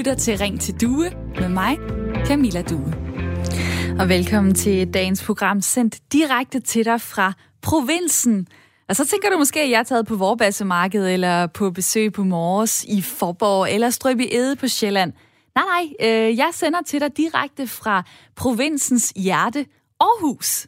lytter til Ring til Due med mig, Camilla Due. Og velkommen til dagens program, sendt direkte til dig fra provinsen. Og så tænker du måske, at jeg er taget på Vorbasse-markedet, eller på besøg på Mors i Fåborg, eller Strøby-Ede på Sjælland. Nej, jeg sender til dig direkte fra provinsens hjerte, Aarhus.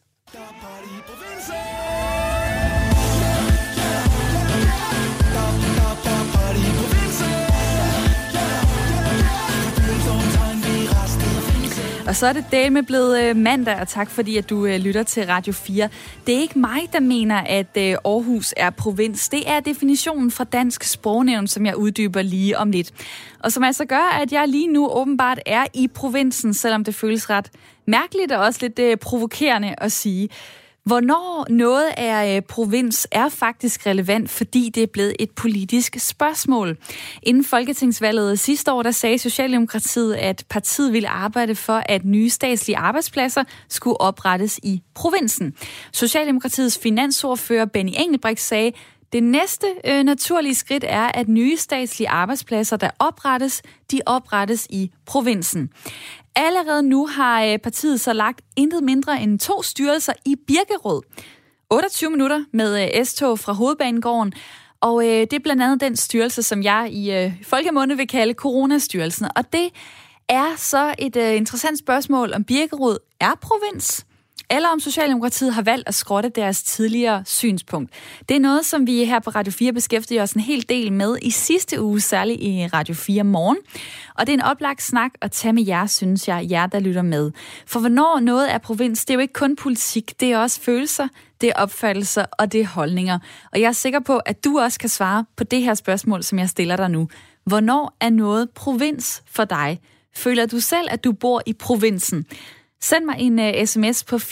Og så er det dame blevet mandag, og tak fordi, at du lytter til Radio 4. Det er ikke mig, der mener, at Aarhus er provins. Det er definitionen fra Dansk Sprognævn, som jeg uddyber lige om lidt. Og som altså gør, at jeg lige nu åbenbart er i provinsen, selvom det føles ret mærkeligt og også lidt provokerende at sige. Hvornår noget er provins er faktisk relevant, fordi det er blevet et politisk spørgsmål. Inden folketingsvalget sidste år, der sagde Socialdemokratiet, at partiet ville arbejde for, at nye statslige arbejdspladser skulle oprettes i provinsen. Socialdemokratiets finansordfører Benny Engelbrecht sagde, det næste naturlige skridt er, at nye statslige arbejdspladser, der oprettes, de oprettes i provinsen. Allerede nu har partiet så lagt intet mindre end 2 styrelser i Birkerød. 28 minutter med S-tog fra Hovedbanegården. Og det er blandt andet den styrelse, som jeg i folkemunde vil kalde Coronastyrelsen. Og det er så et interessant spørgsmål, om Birkerød er provins, eller om Socialdemokratiet har valgt at skrotte deres tidligere synspunkt. Det er noget, som vi her på Radio 4 beskæftiger os en hel del med i sidste uge, særligt i Radio 4 morgen. Og det er en oplagt snak at tage med jer, synes jeg, jer der lytter med. For hvornår noget er provins, det er jo ikke kun politik, det er også følelser, det er opfattelser og det er holdninger. Og jeg er sikker på, at du også kan svare på det her spørgsmål, som jeg stiller dig nu. Hvornår er noget provins for dig? Føler du selv, at du bor i provinsen? Send mig en sms på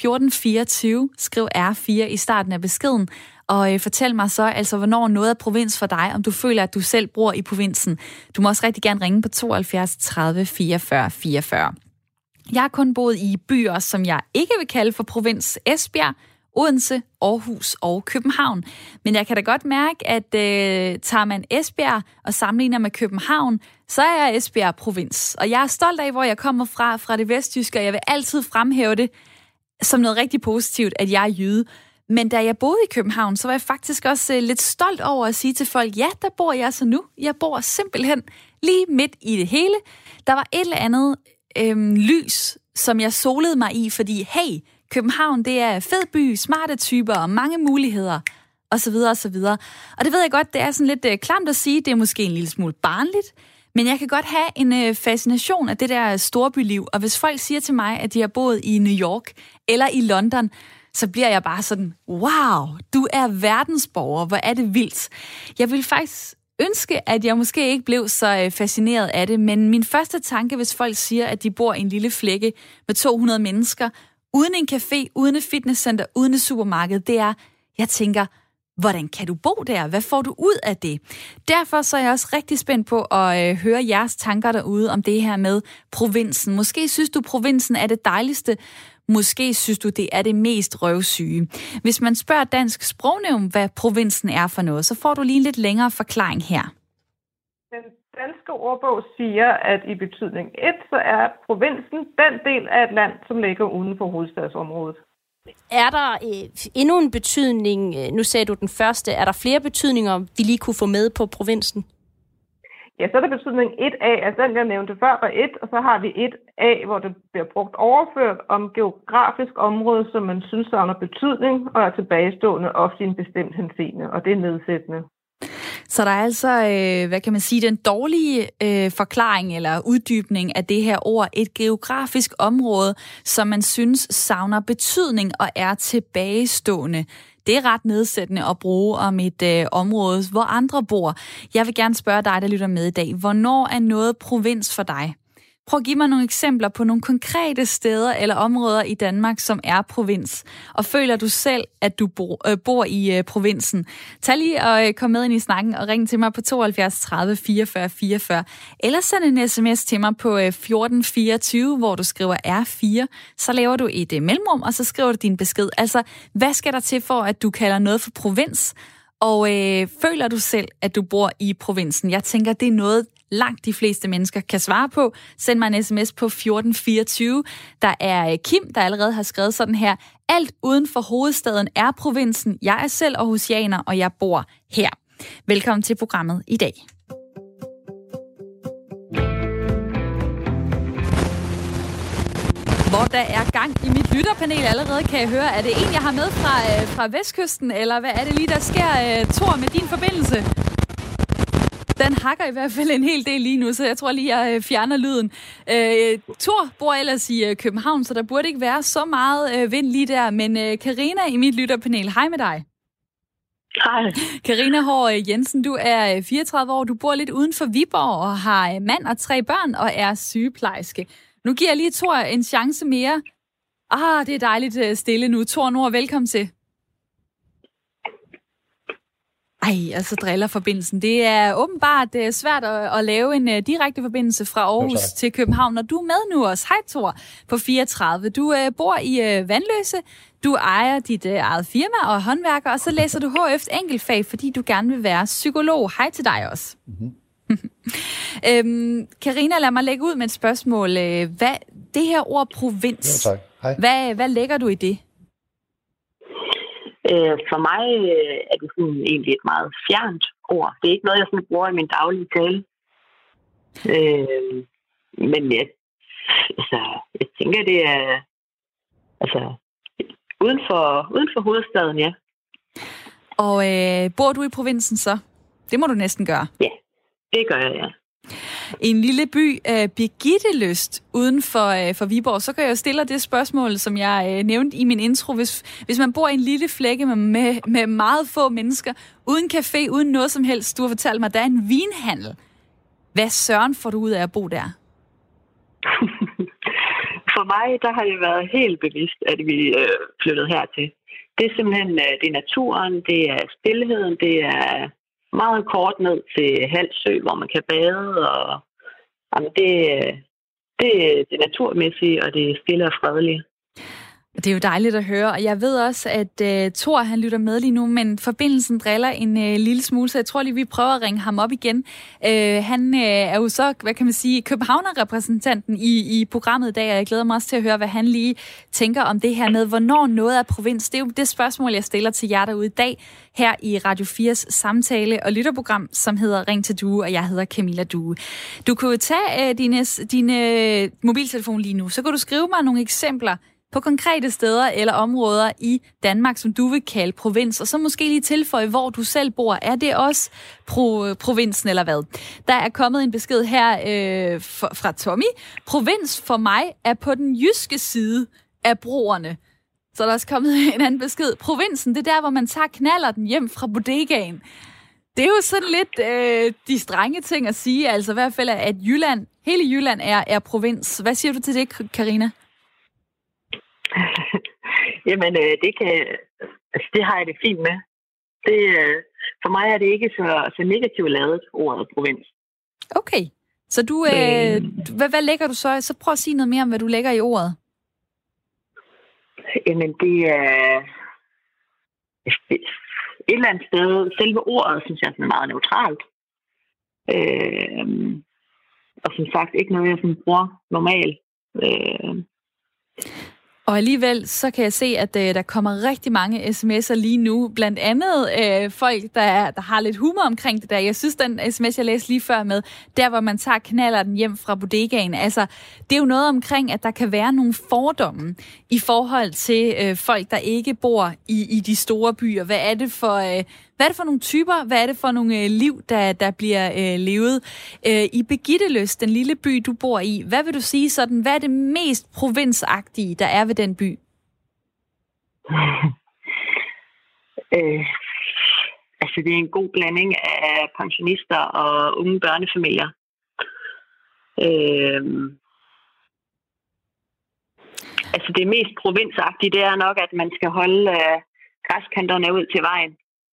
1424, skriv R4 i starten af beskeden, og fortæl mig så, altså hvornår noget er provins for dig, om du føler, at du selv bor i provinsen. Du må også rigtig gerne ringe på 72 30 44 44. Jeg har kun boet i byer, som jeg ikke vil kalde for provins: Esbjerg, Odense, Aarhus og København. Men jeg kan da godt mærke, at tager man Esbjerg og sammenligner med København, så er jeg Esbjerg provins. Og jeg er stolt af, hvor jeg kommer fra det vestjyske, og jeg vil altid fremhæve det som noget rigtig positivt, at jeg er jyde. Men da jeg boede i København, så var jeg faktisk også lidt stolt over at sige til folk, ja, der bor jeg så nu. Jeg bor simpelthen lige midt i det hele. Der var et eller andet lys, som jeg solede mig i, fordi hey, København, det er fed by, smarte typer og mange muligheder, osv. osv. Og det ved jeg godt, det er sådan lidt klamt at sige, det er måske en lille smule barnligt, men jeg kan godt have en fascination af det der storbyliv, og hvis folk siger til mig, at de har boet i New York eller i London, så bliver jeg bare sådan, wow, du er verdensborger, hvor er det vildt. Jeg vil faktisk ønske, at jeg måske ikke blev så fascineret af det, men min første tanke, hvis folk siger, at de bor i en lille flække med 200 mennesker, uden en café, uden et fitnesscenter, uden et supermarked, det er, jeg tænker, hvordan kan du bo der? Hvad får du ud af det? Derfor så er jeg også rigtig spændt på at høre jeres tanker derude om det her med provinsen. Måske synes du, provinsen er det dejligste. Måske synes du, det er det mest røvsyge. Hvis man spørger Dansk Sprognævn, hvad provinsen er for noget, så får du lige en lidt længere forklaring her. Den danske ordbog siger, at i betydning 1, så er provinsen den del af et land, som ligger uden for hovedstadsområdet. Er der endnu en betydning, nu sagde du den første, er der flere betydninger, vi lige kunne få med på provinsen? Ja, så er der betydning 1A, altså den, jeg nævnte før, var 1, og så har vi 1A, hvor det bliver brugt overført om geografisk område, som man synes savner betydning, og er tilbagestående ofte i en bestemt henseende, og det er nedsættende. Så der er altså, hvad kan man sige, den dårlige forklaring eller uddybning af det her ord, et geografisk område, som man synes savner betydning og er tilbagestående. Det er ret nedsættende at bruge om et område, hvor andre bor. Jeg vil gerne spørge dig, der lytter med i dag. Hvornår er noget provins for dig? Prøv at give mig nogle eksempler på nogle konkrete steder eller områder i Danmark, som er provins. Og føler du selv, at du bor i provinsen? Tag lige og kom med ind i snakken og ring til mig på 72 30 44 44. Eller send en sms til mig på 1424, hvor du skriver R4. Så laver du et mellemrum, og så skriver du din besked. Altså, hvad skal der til for, at du kalder noget for provins? Og føler du selv, at du bor i provinsen? Jeg tænker, det er noget, langt de fleste mennesker kan svare på. Send mig en sms på 1424. Der er Kim, der allerede har skrevet sådan her. Alt uden for hovedstaden er provinsen. Jeg er selv aarhusianer, og jeg bor her. Velkommen til programmet i dag. Hvor der er gang i mit lytterpanel allerede, kan jeg høre. Er det en, jeg har med fra Vestkysten, eller hvad er det lige, der sker, Thor, med din forbindelse? Den hakker i hvert fald en hel del lige nu, så jeg tror lige, jeg fjerner lyden. Thor bor ellers i København, så der burde ikke være så meget vind lige der. Men Karina i mit lytterpanel, hej med dig. Hej. Karina Hård Jensen, du er 34 år, du bor lidt uden for Viborg og har mand og 3 børn og er sygeplejerske. Nu giver jeg lige Thor en chance mere. Det er dejligt stille nu. Thor Nord, velkommen til. Så driller forbindelsen. Det er åbenbart svært at lave en direkte forbindelse fra Aarhus til København. Og du er med nu også. Hej Thor, på 34. Du bor i Vanløse. Du ejer dit eget firma og er håndværker, og så læser du HF enkeltfag, fordi du gerne vil være psykolog. Hej til dig også. Mm-hmm. Karina, lad mig lægge ud med et spørgsmål. Hvad det her ord provins, hvad lægger du i det? For mig er det sådan egentlig et meget fjernt ord. Det er ikke noget, jeg sådan bruger i min daglige tale. Men jeg tænker, det er uden for hovedstaden, ja. Og bor du i provinsen så? Det må du næsten gøre. Ja, det gør jeg, ja. En lille by, Birgittelyst, uden for Viborg, så kan jeg jo stille det spørgsmål, som jeg nævnte i min intro. Hvis man bor i en lille flække med meget få mennesker, uden café, uden noget som helst, du har fortalt mig, at der er en vinhandel. Hvad søren får du ud af at bo der? For mig, der har det været helt bevidst, at vi flyttede hertil. Det er simpelthen det er naturen, det er stillheden, det er meget kort ned til halv sø, hvor man kan bade, og det er det naturmæssige, og det er stille og fredelige. Det er jo dejligt at høre, og jeg ved også, at Thor, han lytter med lige nu, men forbindelsen driller en lille smule, så jeg tror lige, vi prøver at ringe ham op igen. Han er jo så, hvad kan man sige, københavner-repræsentanten i programmet i dag, og jeg glæder mig også til at høre, hvad han lige tænker om det her med, hvornår noget er provins. Det er jo det spørgsmål, jeg stiller til jer derude i dag, her i Radio 4's samtale- og lytterprogram, som hedder Ring til Due, og jeg hedder Camilla Due. Du kunne tage din mobiltelefon lige nu, så kan du skrive mig nogle eksempler på konkrete steder eller områder i Danmark, som du vil kalde provins, og så måske lige tilføje, hvor du selv bor. Er det også provinsen eller hvad? Der er kommet en besked her fra Tommy. Provins for mig er på den jyske side af broerne. Så der er også kommet en anden besked. Provinsen, det er der, hvor man tager knallerten hjem fra bodegaen. Det er jo sådan lidt de strenge ting at sige, altså i hvert fald, at hele Jylland er provins. Hvad siger du til det, Karina? Jamen, det har jeg det fint med. For mig er det ikke så negativt lavet, ordet provins. Okay. Så du, hvad lægger du så? Så prøv at sige noget mere om, hvad du lægger i ordet. Jamen, det er et eller andet sted. Selve ordet, synes jeg, er meget neutralt. Og som sagt, ikke noget, jeg sådan bruger normalt. Og alligevel, så kan jeg se, at der kommer rigtig mange sms'er lige nu. Blandt andet folk, der har lidt humor omkring det der. Jeg synes, den sms, jeg læste lige før med, der hvor man tager knallerten hjem fra bodegaen. Altså, det er jo noget omkring, at der kan være nogle fordomme i forhold til folk, der ikke bor i de store byer. Hvad er det for nogle typer? Hvad er det for nogle liv, der bliver levet? I Birgittelyst, den lille by, du bor i, hvad vil du sige sådan? Hvad er det mest provinsagtige, der er ved den by? Det er en god blanding af pensionister og unge børnefamilier. Det mest provinsagtige, det er nok, at man skal holde græskanterne ud til vejen.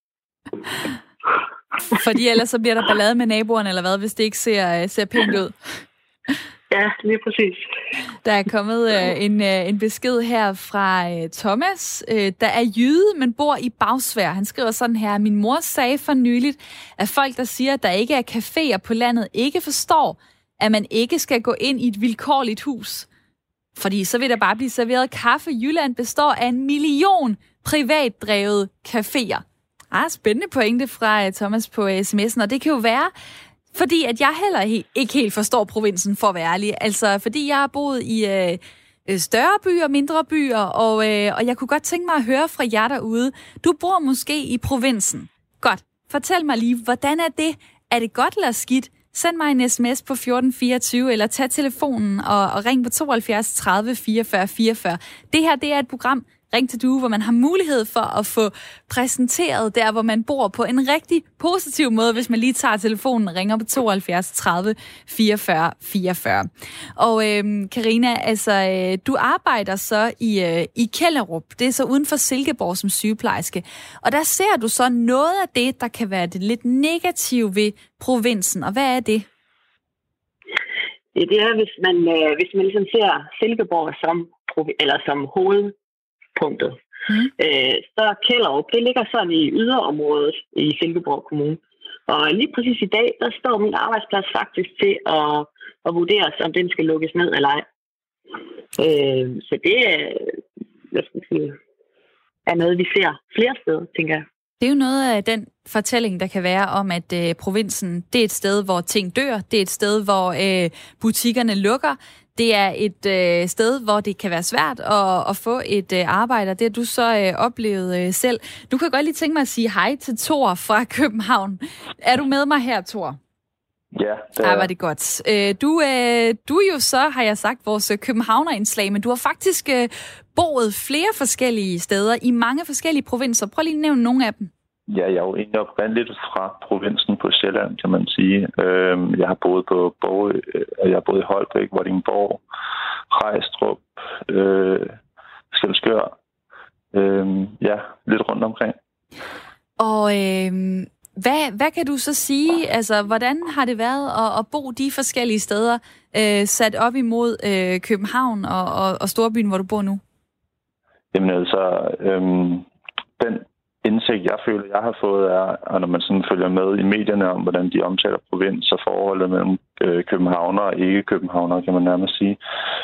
Fordi ellers så bliver der ballade med naboerne, eller hvad, hvis det ikke ser pænt ud? Ja, lige præcis. Der er kommet en besked her fra Thomas, der er jyde, men bor i Bagsværd. Han skriver sådan her: min mor sagde for nyligt, at folk, der siger, at der ikke er caféer på landet, ikke forstår, at man ikke skal gå ind i et vilkårligt hus. Fordi så vil der bare blive serveret kaffe. Jylland består af 1 million privatdrevede caféer. Spændende pointe fra Thomas på sms'en, og det kan jo være, fordi at jeg heller ikke helt forstår provinsen, for at være ærlig. Altså, fordi jeg har boet i større byer, mindre byer, og jeg kunne godt tænke mig at høre fra jer derude. Du bor måske i provinsen. Godt. Fortæl mig lige, hvordan er det? Er det godt eller skidt? Send mig en sms på 1424, eller tag telefonen og ring på 72 30 44 44. Det her, det er et program, Ring til Due, hvor man har mulighed for at få præsenteret der, hvor man bor på en rigtig positiv måde, hvis man lige tager telefonen og ringer på 72 30 44 44. Og Karina, altså, du arbejder så i Kjellerup. Det er så uden for Silkeborg som sygeplejerske. Og der ser du så noget af det, der kan være det lidt negative ved provinsen. Og hvad er det? Ja, det er, hvis man ligesom ser Silkeborg som hovedpunktet. Så Kjellerup, det ligger sådan i yderområdet i Silkeborg Kommune. Og lige præcis i dag, der står min arbejdsplads faktisk til at vurderes, om den skal lukkes ned eller ej. Så det er noget, vi ser flere steder, tænker jeg. Det er jo noget af den fortælling, der kan være om, at provinsen, det er et sted, hvor ting dør. Det er et sted, hvor butikkerne lukker. Det er et sted, hvor det kan være svært at få et arbejde, og det har du så oplevet selv. Du kan godt lige tænke mig at sige hej til Thor fra København. Er du med mig her, Thor? Ja, det er. Var det godt. Du er jo så, har jeg sagt, vores københavnerindslag, men du har faktisk boet flere forskellige steder i mange forskellige provinser. Prøv lige at nævne nogle af dem. Ja, jeg er jo egentlig oprindeligt fra provinsen på Sjælland, kan man sige. Jeg har boet på jeg har boet i Holbæk, Vordingborg, Rejstrup, Skelskør. Ja, lidt rundt omkring. Og hvad kan du så sige? Altså, hvordan har det været at bo de forskellige steder, sat op imod København og storbyen, hvor du bor nu? Jamen altså, den indsigt, jeg føler, jeg har fået, er, når man sådan følger med i medierne om, hvordan de omtaler provins og forholdet mellem københavnere og ikke-københavnere, kan man nærmest sige.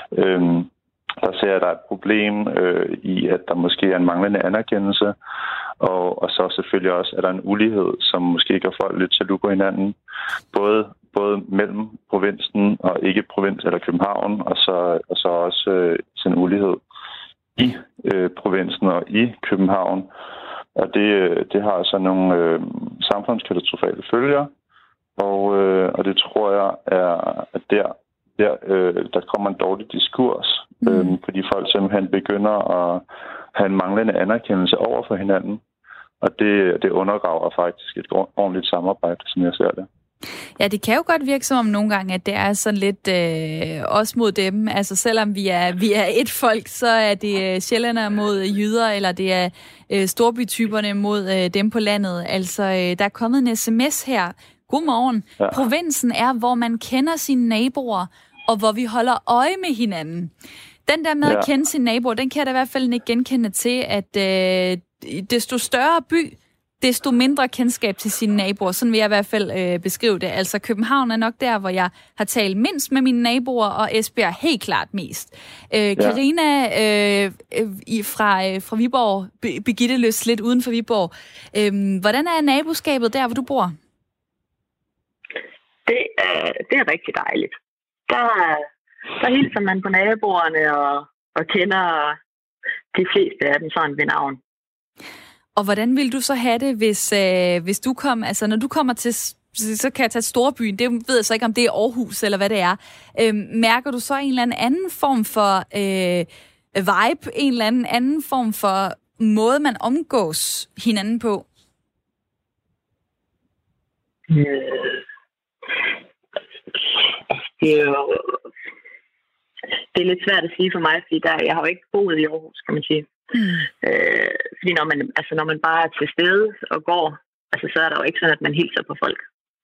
Der ser jeg, at der er et problem i, at der måske er en manglende anerkendelse, og så selvfølgelig også, at der er en ulighed, som måske gør folk lidt til på hinanden, både mellem provinsen og ikke-provins eller København, og så også sådan en ulighed i provinsen og i København. Og det har så nogle samfundskatastrofale følger, og det tror jeg er, at der kommer en dårlig diskurs, fordi folk simpelthen begynder at have en manglende anerkendelse over for hinanden, og det undergraver faktisk et ordentligt samarbejde, som jeg ser det. Ja, det kan jo godt virke som om nogle gange, at det er sådan lidt os mod dem. Altså selvom vi er et folk, så er det sjællændere mod jyder, eller det er storbytyperne mod dem på landet. Altså, der er kommet en sms her. Godmorgen. Ja. Provinsen er, hvor man kender sine naboer, og hvor vi holder øje med hinanden. Den der med at kende sine naboer, den kan jeg da i hvert fald ikke genkende til, at desto større by, desto mindre kendskab til sine naboer. Sådan vil jeg i hvert fald beskrive det. Altså København er nok der, hvor jeg har talt mindst med mine naboer, og Esbjerg helt klart mest. Karina fra Viborg, Birgitte Løs lidt uden for Viborg. Hvordan er naboskabet der, hvor du bor? Det er rigtig dejligt. Der hilser man på naboerne og kender de fleste af dem sådan ved navn. Og hvordan vil du så have det, hvis du kom, altså når du kommer til, så kan jeg tage storbyen, det ved jeg så ikke, om det er Aarhus eller hvad det er. Mærker du så en eller anden form for vibe, en eller anden form for måde, man omgås hinanden på? Det er lidt svært at sige for mig, fordi jeg har jo ikke boet i Aarhus, kan man sige. Fordi når man bare er til stede og går, altså, så er der jo ikke sådan, at man hilser på folk.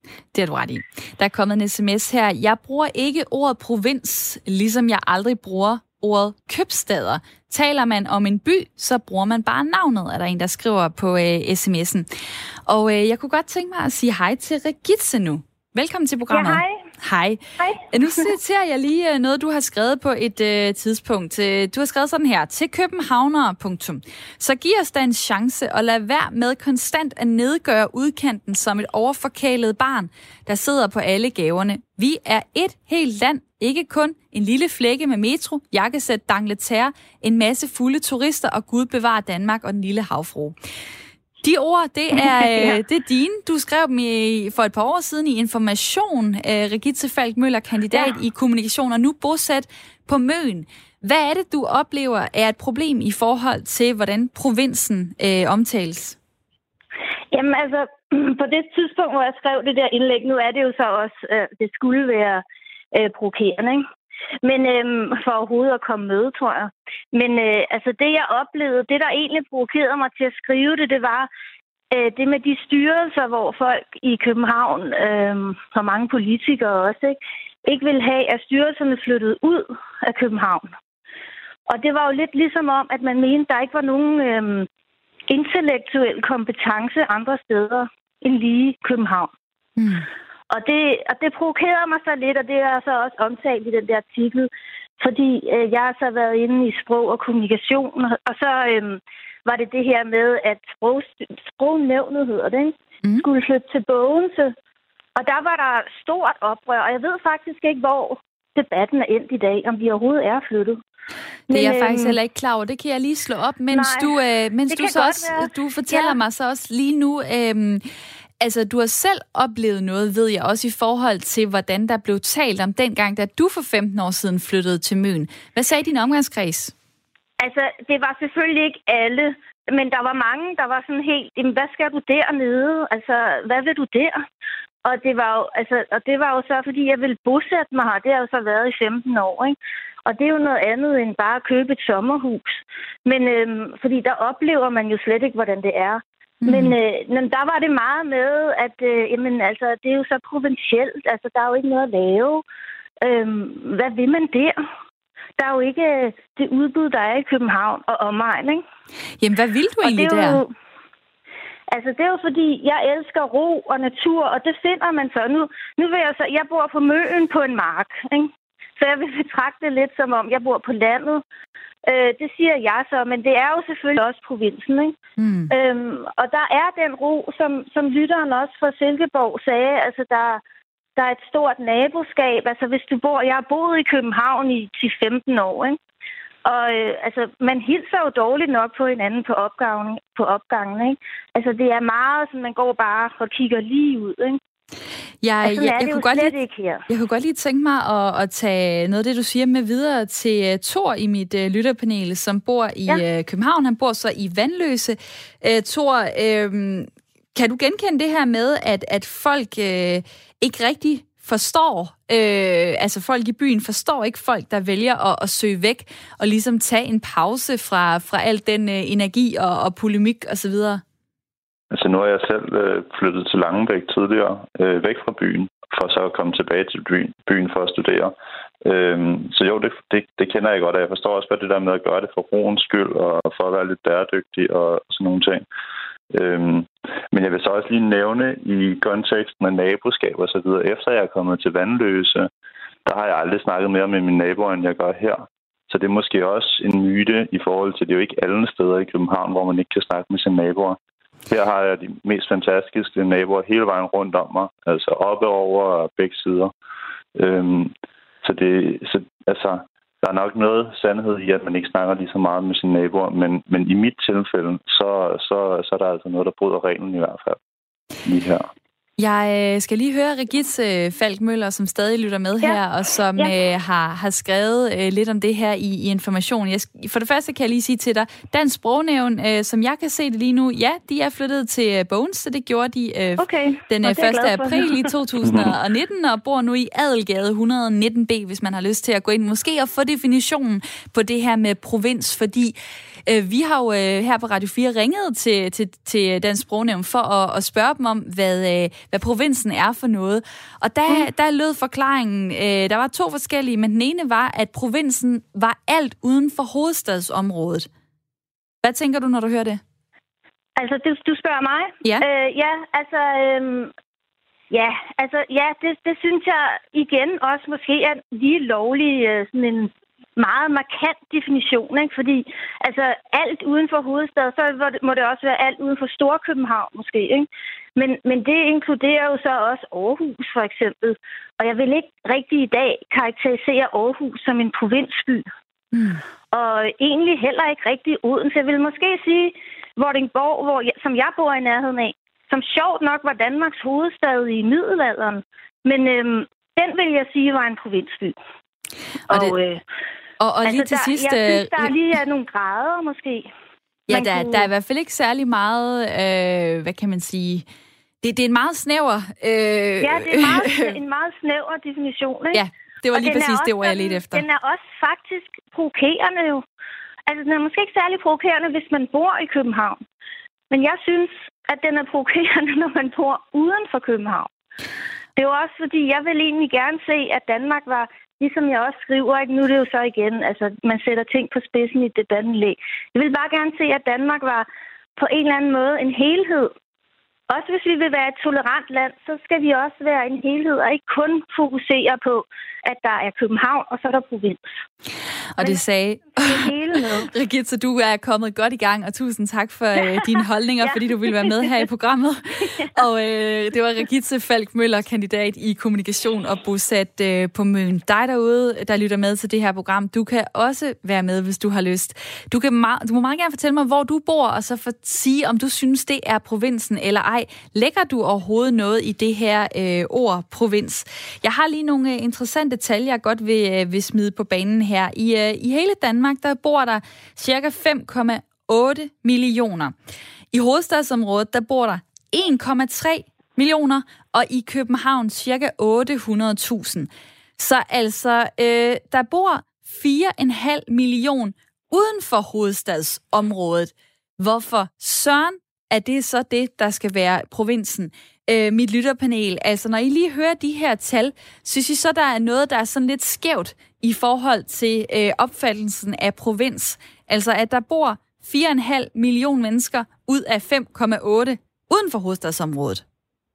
Det er du ret i. Der er kommet en sms her. Jeg bruger ikke ordet provins, ligesom jeg aldrig bruger ordet købstader. Taler man om en by, så bruger man bare navnet, er der en, der skriver på sms'en. Og jeg kunne godt tænke mig at sige hej til Regitze nu. Velkommen til programmet. Ja, hej. Hej. Nu citerer jeg lige noget, du har skrevet på et tidspunkt. Du har skrevet sådan her. Til københavnere, . Så giv os da en chance og lad være med konstant at nedgøre udkanten som et overforkælet barn, der sidder på alle gaverne. Vi er et helt land, ikke kun en lille flække med metro, jakkesæt, dangleterre, en masse fulde turister og Gud bevarer Danmark og den lille havfrue. De ord, det er dine. Du skrev dem for et par år siden i Information. Regitze Falk Møller, kandidat i kommunikation, og nu bosat på Møn. Hvad er det, du oplever er et problem i forhold til, hvordan provinsen omtales? Jamen altså, på det tidspunkt, hvor jeg skrev det der indlæg, nu er det jo så også, det skulle være provokerende, ikke? Men for overhovedet at komme med, tror jeg. Men altså det, jeg oplevede, det der egentlig provokerede mig til at skrive det, det var det med de styrelser, hvor folk i København, og mange politikere også, ikke vil have, at styrelserne flyttede ud af København. Og det var jo lidt ligesom om, at man mente, der ikke var nogen intellektuel kompetence andre steder end lige København. Mm. Og det provokerede mig så lidt, og det er så også omtalt i den der artikel, fordi jeg har så været inde i sprog og kommunikation, og så var det her med, at sprognævnet, hedder det, skulle flytte til Bogense. Og der var der stort oprør, og jeg ved faktisk ikke, hvor debatten er endt i dag, om de overhovedet er flyttet. Det er jeg faktisk heller ikke klar over. Det kan jeg lige slå op, mens du fortæller mig så også lige nu. Altså, du har selv oplevet noget, ved jeg, også i forhold til, hvordan der blev talt om dengang, da du for 15 år siden flyttede til Møn. Hvad sagde din omgangskreds? Altså, det var selvfølgelig ikke alle, men der var mange, der var sådan helt, hvad skal du dernede? Altså, hvad vil du der? Og det var jo så, fordi jeg ville bosætte mig her. Det har jo så været i 15 år, ikke? Og det er jo noget andet end bare at købe et sommerhus. Men fordi der oplever man jo slet ikke, hvordan det er. Men der var det meget med, at det er jo så provincielt. Altså, der er jo ikke noget at lave. Hvad vil man der? Der er jo ikke det udbud, der er i København og omegn, ikke? Jamen, hvad vil du egentlig der? Altså, det er jo fordi, jeg elsker ro og natur, og det finder man så. Nu vil jeg bor på Møn på en mark, ikke? Så jeg vil betragte det lidt som om, jeg bor på landet. Det siger jeg så, men det er jo selvfølgelig også provinsen, ikke? Og der er den ro, som lytteren også fra Silkeborg sagde, altså der er et stort naboskab. Altså hvis du jeg har boet i København i 10-15 år, ikke? Og man hilser jo dårligt nok på hinanden på opgangen, ikke? Altså det er meget, så man går bare og kigger lige ud, ikke? Jeg kunne godt lige tænke mig at tage noget af det, du siger med videre til Thor i mit lytterpanel, som bor i København. Han bor så i Vanløse. Thor, kan du genkende det her med, at folk ikke rigtig forstår, altså folk i byen forstår ikke folk, der vælger at søge væk og ligesom tage en pause fra al den energi og polemik osv.? Altså nu er jeg selv flyttet til Langebæk tidligere, væk fra byen, for så at komme tilbage til byen for at studere. Så jo, det kender jeg godt, og jeg forstår også godt det der med at gøre det for roens skyld, og for at være lidt bæredygtig og sådan nogle ting. Men jeg vil så også lige nævne i konteksten af naboskab og så videre, efter jeg er kommet til Vanløse, der har jeg aldrig snakket mere med mine naboer, end jeg gør her. Så det er måske også en myte i forhold til, det er jo ikke alle steder i København, hvor man ikke kan snakke med sine naboer. Her har jeg de mest fantastiske naboer hele vejen rundt om mig, altså oppe over begge sider. Der er nok noget sandhed i, at man ikke snakker lige så meget med sine naboer, men i mit tilfælde, så er der altså noget, der bryder reglen i hvert fald lige her. Jeg skal lige høre Regitze Falk Møller, som stadig lytter med her, og som har skrevet lidt om det her i Information. For det første kan jeg lige sige til dig, Dansk Sprognævn, som jeg kan se det lige nu, ja, de er flyttet til Bogense, så det gjorde de den 1. april i 2019, og bor nu i Adelgade 119B, hvis man har lyst til at gå ind måske og få definitionen på det her med provins, fordi vi har jo her på Radio 4 ringet til Dansk Sprognævn for at spørge dem om, hvad provinsen er for noget. Og der lød forklaringen, der var 2 forskellige, men den ene var, at provinsen var alt uden for hovedstadsområdet. Hvad tænker du, når du hører det? Altså, du spørger mig? Ja. Det synes jeg igen også måske er lige lovlig sådan en meget markant definition, ikke? Fordi altså alt uden for hovedstaden, så må det også være alt uden for Storkøbenhavn måske, ikke? Men det inkluderer jo så også Aarhus for eksempel. Og jeg vil ikke rigtig i dag karakterisere Aarhus som en provinsby. Og egentlig heller ikke rigtig Odense. Jeg vil måske sige Vordingborg, som jeg bor i nærheden af, som sjovt nok var Danmarks hovedstad i middelalderen. Men den vil jeg sige var en provinsby. Og lige til sidst... Jeg synes, der lige er nogle grader måske. Ja, der er i hvert fald ikke særlig meget... hvad kan man sige... Det er en meget snæver... Ja, det er en meget snæver definition, ikke? Ja, det var lige præcis det ord, jeg ledte efter. Den er også faktisk provokerende jo. Altså, den er måske ikke særlig provokerende, hvis man bor i København. Men jeg synes, at den er provokerende, når man bor uden for København. Det er jo også fordi, jeg vil egentlig gerne se, at Danmark var, ligesom jeg også skriver, ikke? Nu er det jo så igen, altså man sætter ting på spidsen i debatindlæg. Jeg vil bare gerne se, at Danmark var på en eller anden måde en helhed. Også hvis vi vil være et tolerant land, så skal vi også være en helhed og ikke kun fokusere på, at der er København, og så er der provins. Og det sagde Regitze, du er kommet godt i gang, og tusind tak for dine holdninger, fordi du ville være med her i programmet. Og det var Regitze Falk Møller, kandidat i kommunikation og bosat på Møn. Dig derude, der lytter med til det her program, du kan også være med, hvis du har lyst. Du må meget gerne fortælle mig, hvor du bor, og så sige, om du synes, det er provinsen eller ej. Lægger du overhovedet noget i det her ord provins? Jeg har lige nogle interessante tal, jeg godt vil smide på banen her. I hele Danmark, der bor der cirka 5,8 millioner. I hovedstadsområdet, der bor der 1,3 millioner, og i København cirka 800.000. Så altså, der bor 4,5 million uden for hovedstadsområdet. Hvorfor søren er det så det, der skal være provinsen? Mit lytterpanel, altså når I lige hører de her tal, synes I så, der er noget, der er sådan lidt skævt i forhold til opfattelsen af provins? Altså at der bor 4,5 million mennesker ud af 5,8 uden for hovedstadsområdet.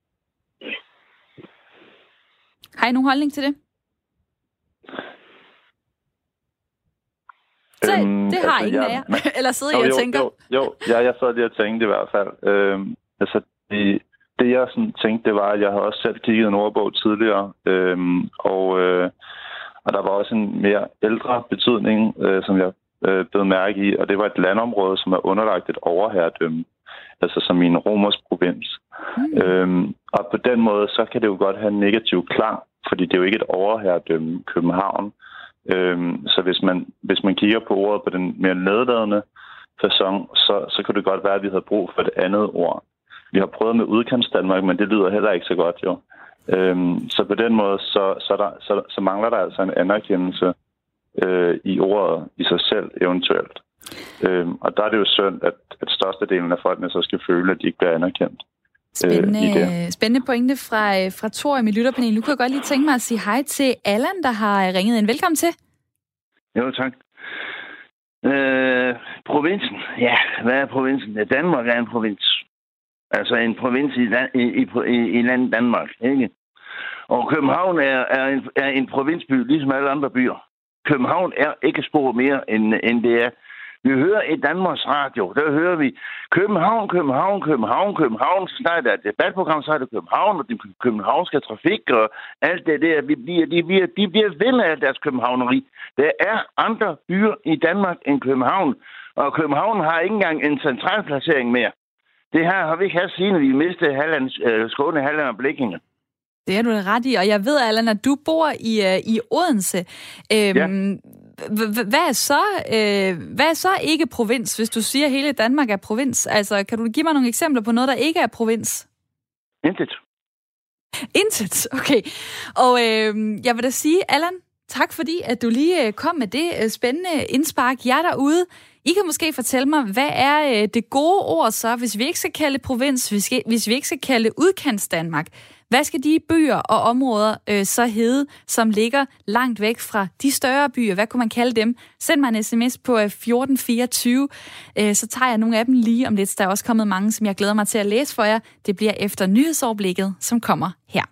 Har I nogen holdning til det? Det har ingen af jer. Eller sidder I og tænker? Jeg sad lige og tænkte i hvert fald. Det jeg sådan tænkte, det var, at jeg havde også selv kigget en ordbog tidligere, og der var også en mere ældre betydning, som jeg blev mærke i, og det var et landområde, som er underlagt et overherredømme, altså som i en romersk provins. Og på den måde, så kan det jo godt have en negativ klang, fordi det er jo ikke et overherredømme, København. Så hvis man kigger på ordet på den mere nedladende facon, så kunne det godt være, at vi havde brug for et andet ord. Vi har prøvet med udkantsdanmark, men det lyder heller ikke så godt, jo. Så på den måde, så mangler der altså en anerkendelse i ordet i sig selv eventuelt. Og der er det jo synd, at størstedelen af folkene så skal føle, at de ikke bliver anerkendt. Spændende pointe fra Thor i mit lytterpanel. Nu kunne jeg godt lige tænke mig at sige hej til Allan, der har ringet ind. Velkommen til. Jo, tak. Provinsen. Ja, hvad er provinsen? Ja, Danmark er en provins. Altså en provins i landet Danmark, ikke? Og København er en provinsby, ligesom alle andre byer. København er ikke spor mere, end det er. Vi hører i Danmarks Radio, der hører vi København. Så snart der er et debatprogram, så er det København, og det københavnske trafik, og alt det der. De bliver ved med deres københavneri. Der er andre byer i Danmark end København, og København har ikke engang en centralplacering mere. Det her har vi ikke haft siden, vi mistede Skåne, Halland og Blekinge. Det er du da ret i, og jeg ved, Allan, at du bor i Odense. Ja. Hvad er så ikke provins, hvis du siger, at hele Danmark er provins? Altså, kan du give mig nogle eksempler på noget, der ikke er provins? Intet. Intet, okay. Og jeg vil da sige, Allan, tak fordi, at du lige kom med det spændende indspark. Jer derude, I kan måske fortælle mig, hvad er det gode ord så, hvis vi ikke skal kalde det provins, hvis vi ikke skal kalde det udkantsdanmark? Hvad skal de byer og områder så hedde, som ligger langt væk fra de større byer? Hvad kunne man kalde dem? Send mig en sms på 1424, så tager jeg nogle af dem lige om lidt. Der er også kommet mange, som jeg glæder mig til at læse for jer. Det bliver efter nyhedsoverblikket, som kommer her.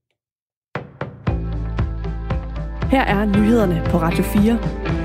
Her er nyhederne på Radio 4.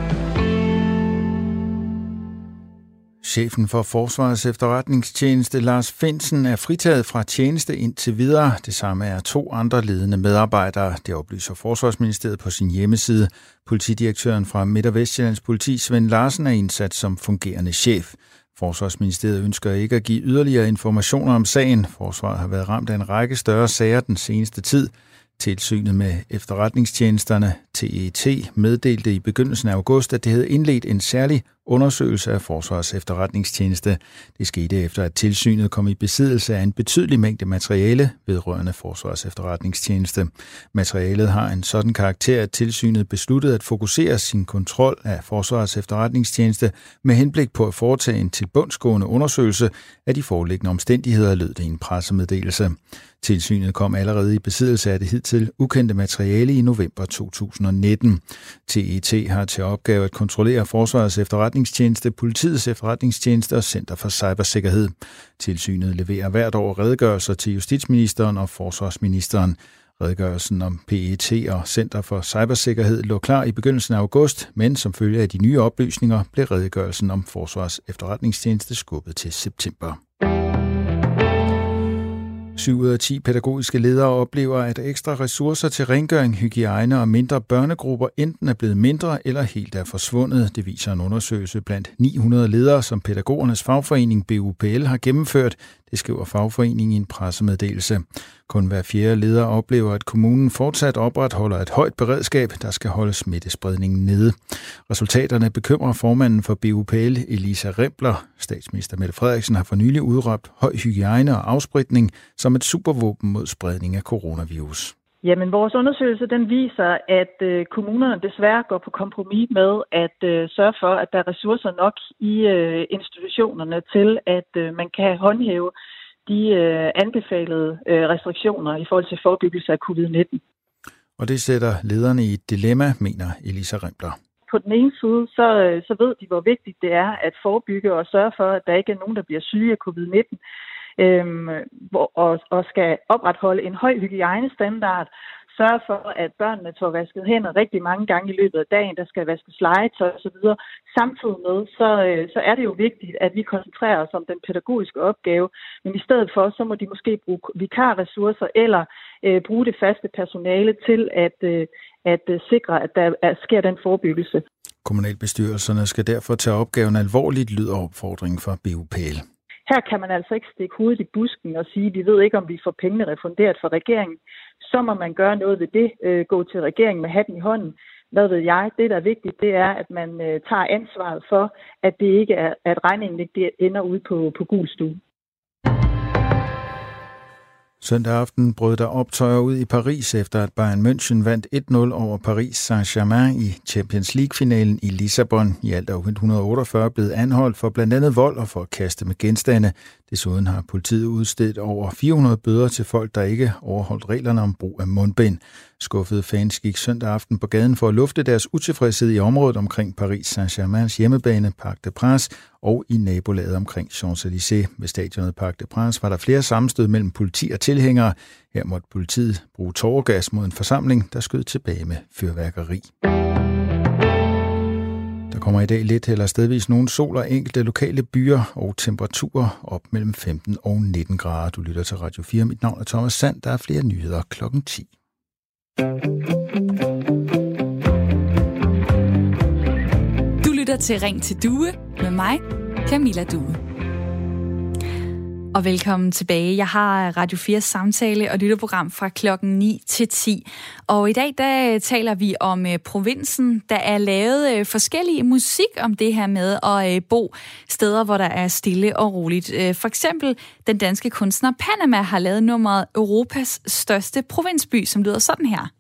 Chefen for Forsvarets Efterretningstjeneste, Lars Findsen, er fritaget fra tjeneste indtil videre. Det samme er 2 andre ledende medarbejdere. Det oplyser Forsvarsministeriet på sin hjemmeside. Politidirektøren fra Midt- og Vestjyllands Politi, Svend Larsen, er indsat som fungerende chef. Forsvarsministeriet ønsker ikke at give yderligere informationer om sagen. Forsvaret har været ramt af en række større sager den seneste tid. Tilsynet med efterretningstjenesterne, TET, meddelte i begyndelsen af august, at det havde indledt en særlig undersøgelse af Forsvarets Efterretningstjeneste. Det skete efter, at tilsynet kom i besiddelse af en betydelig mængde materiale vedrørende Forsvarets Efterretningstjeneste. Materialet har en sådan karakter, at tilsynet besluttede at fokusere sin kontrol af Forsvarets Efterretningstjeneste med henblik på at foretage en tilbundsgående undersøgelse af de foreliggende omstændigheder, lød det i en pressemeddelelse. Tilsynet kom allerede i besiddelse af det hidtil ukendte materiale i november 2019. TET har til opgave at kontrollere Forsvarets Efterretningstjeneste, Politiets Efterretningstjeneste og Center for Cybersikkerhed. Tilsynet leverer hvert år redegørelser til justitsministeren og forsvarsministeren. Redegørelsen om PET og Center for Cybersikkerhed lå klar i begyndelsen af august, men som følge af de nye oplysninger blev redegørelsen om Forsvarets Efterretningstjeneste skubbet til september. 7 ud af 10 pædagogiske ledere oplever, at ekstra ressourcer til rengøring, hygiejne og mindre børnegrupper enten er blevet mindre eller helt er forsvundet. Det viser en undersøgelse blandt 900 ledere, som pædagogernes fagforening BUPL har gennemført. Det skriver fagforeningen i en pressemeddelelse. Kun hver 4. leder oplever, at kommunen fortsat opretholder et højt beredskab, der skal holde smittespredningen nede. Resultaterne bekymrer formanden for BUPL, Elisa Rempler. Statsminister Mette Frederiksen har for nylig udråbt høj hygiejne og afspritning som et supervåben mod spredning af coronavirus. Jamen, vores undersøgelse den viser, at kommunerne desværre går på kompromis med at sørge for, at der er ressourcer nok i institutionerne til, at man kan håndhæve de anbefalede restriktioner i forhold til forebyggelse af covid-19. Og det sætter lederne i et dilemma, mener Elisa Rempler. På den ene side, så ved de, hvor vigtigt det er at forebygge og sørge for, at der ikke er nogen, der bliver syge af covid-19. Og skal opretholde en høj hygiejnestandard, sørge for, at børnene får vasket hænder rigtig mange gange i løbet af dagen, der skal vaskes legetøj osv. Samtidig med, så er det jo vigtigt, at vi koncentrerer os om den pædagogiske opgave, men i stedet for, så må de måske bruge vikarressourcer eller bruge det faste personale til at sikre, at der sker den forebyggelse. Kommunalbestyrelserne skal derfor tage opgaven alvorligt, lyder opfordringen fra BUPL. Her kan man altså ikke stikke hovedet i busken og sige, at vi ved ikke, om vi får pengene refunderet fra regeringen. Så må man gøre noget ved det, gå til regeringen med hatten i hånden. Hvad ved jeg? Det, der er vigtigt, det er, at man tager ansvaret for, at det ikke er, at regningen ikke ender ude på gul stue. Søndag aften brød der optøjer ud i Paris, efter at Bayern München vandt 1-0 over Paris Saint-Germain i Champions League-finalen i Lissabon. I alt er 148 blevet anholdt for blandt andet vold og for at kaste med genstande. Desuden har politiet udstedt over 400 bøder til folk, der ikke overholdt reglerne om brug af mundbind. Skuffede fans gik søndag aften på gaden for at lufte deres utilfredshed i området omkring Paris Saint-Germains hjemmebane Parc des Princes og i nabolaget omkring Champs-Élysées. Ved stadionet Parc des Princes var der flere sammenstød mellem politi og tilhængere. Her måtte politiet bruge tåregas mod en forsamling, der skød tilbage med fyrværkeri. Der kommer i dag lidt eller stedvis nogle sol og enkelte lokale byer og temperaturer op mellem 15 og 19 grader. Du lytter til Radio 4. Mit navn er Thomas Sand. Der er flere nyheder klokken 10. Du lytter til Ring til Due med mig, Camilla Due. Og velkommen tilbage. Jeg har Radio 4's samtale- og lytterprogram fra klokken 9 til 10. Og i dag der taler vi om provinsen. Der er lavet forskellige musik om det her med at bo steder, hvor der er stille og roligt. For eksempel den danske kunstner Panama har lavet nummeret Europas største provinsby, som lyder sådan her.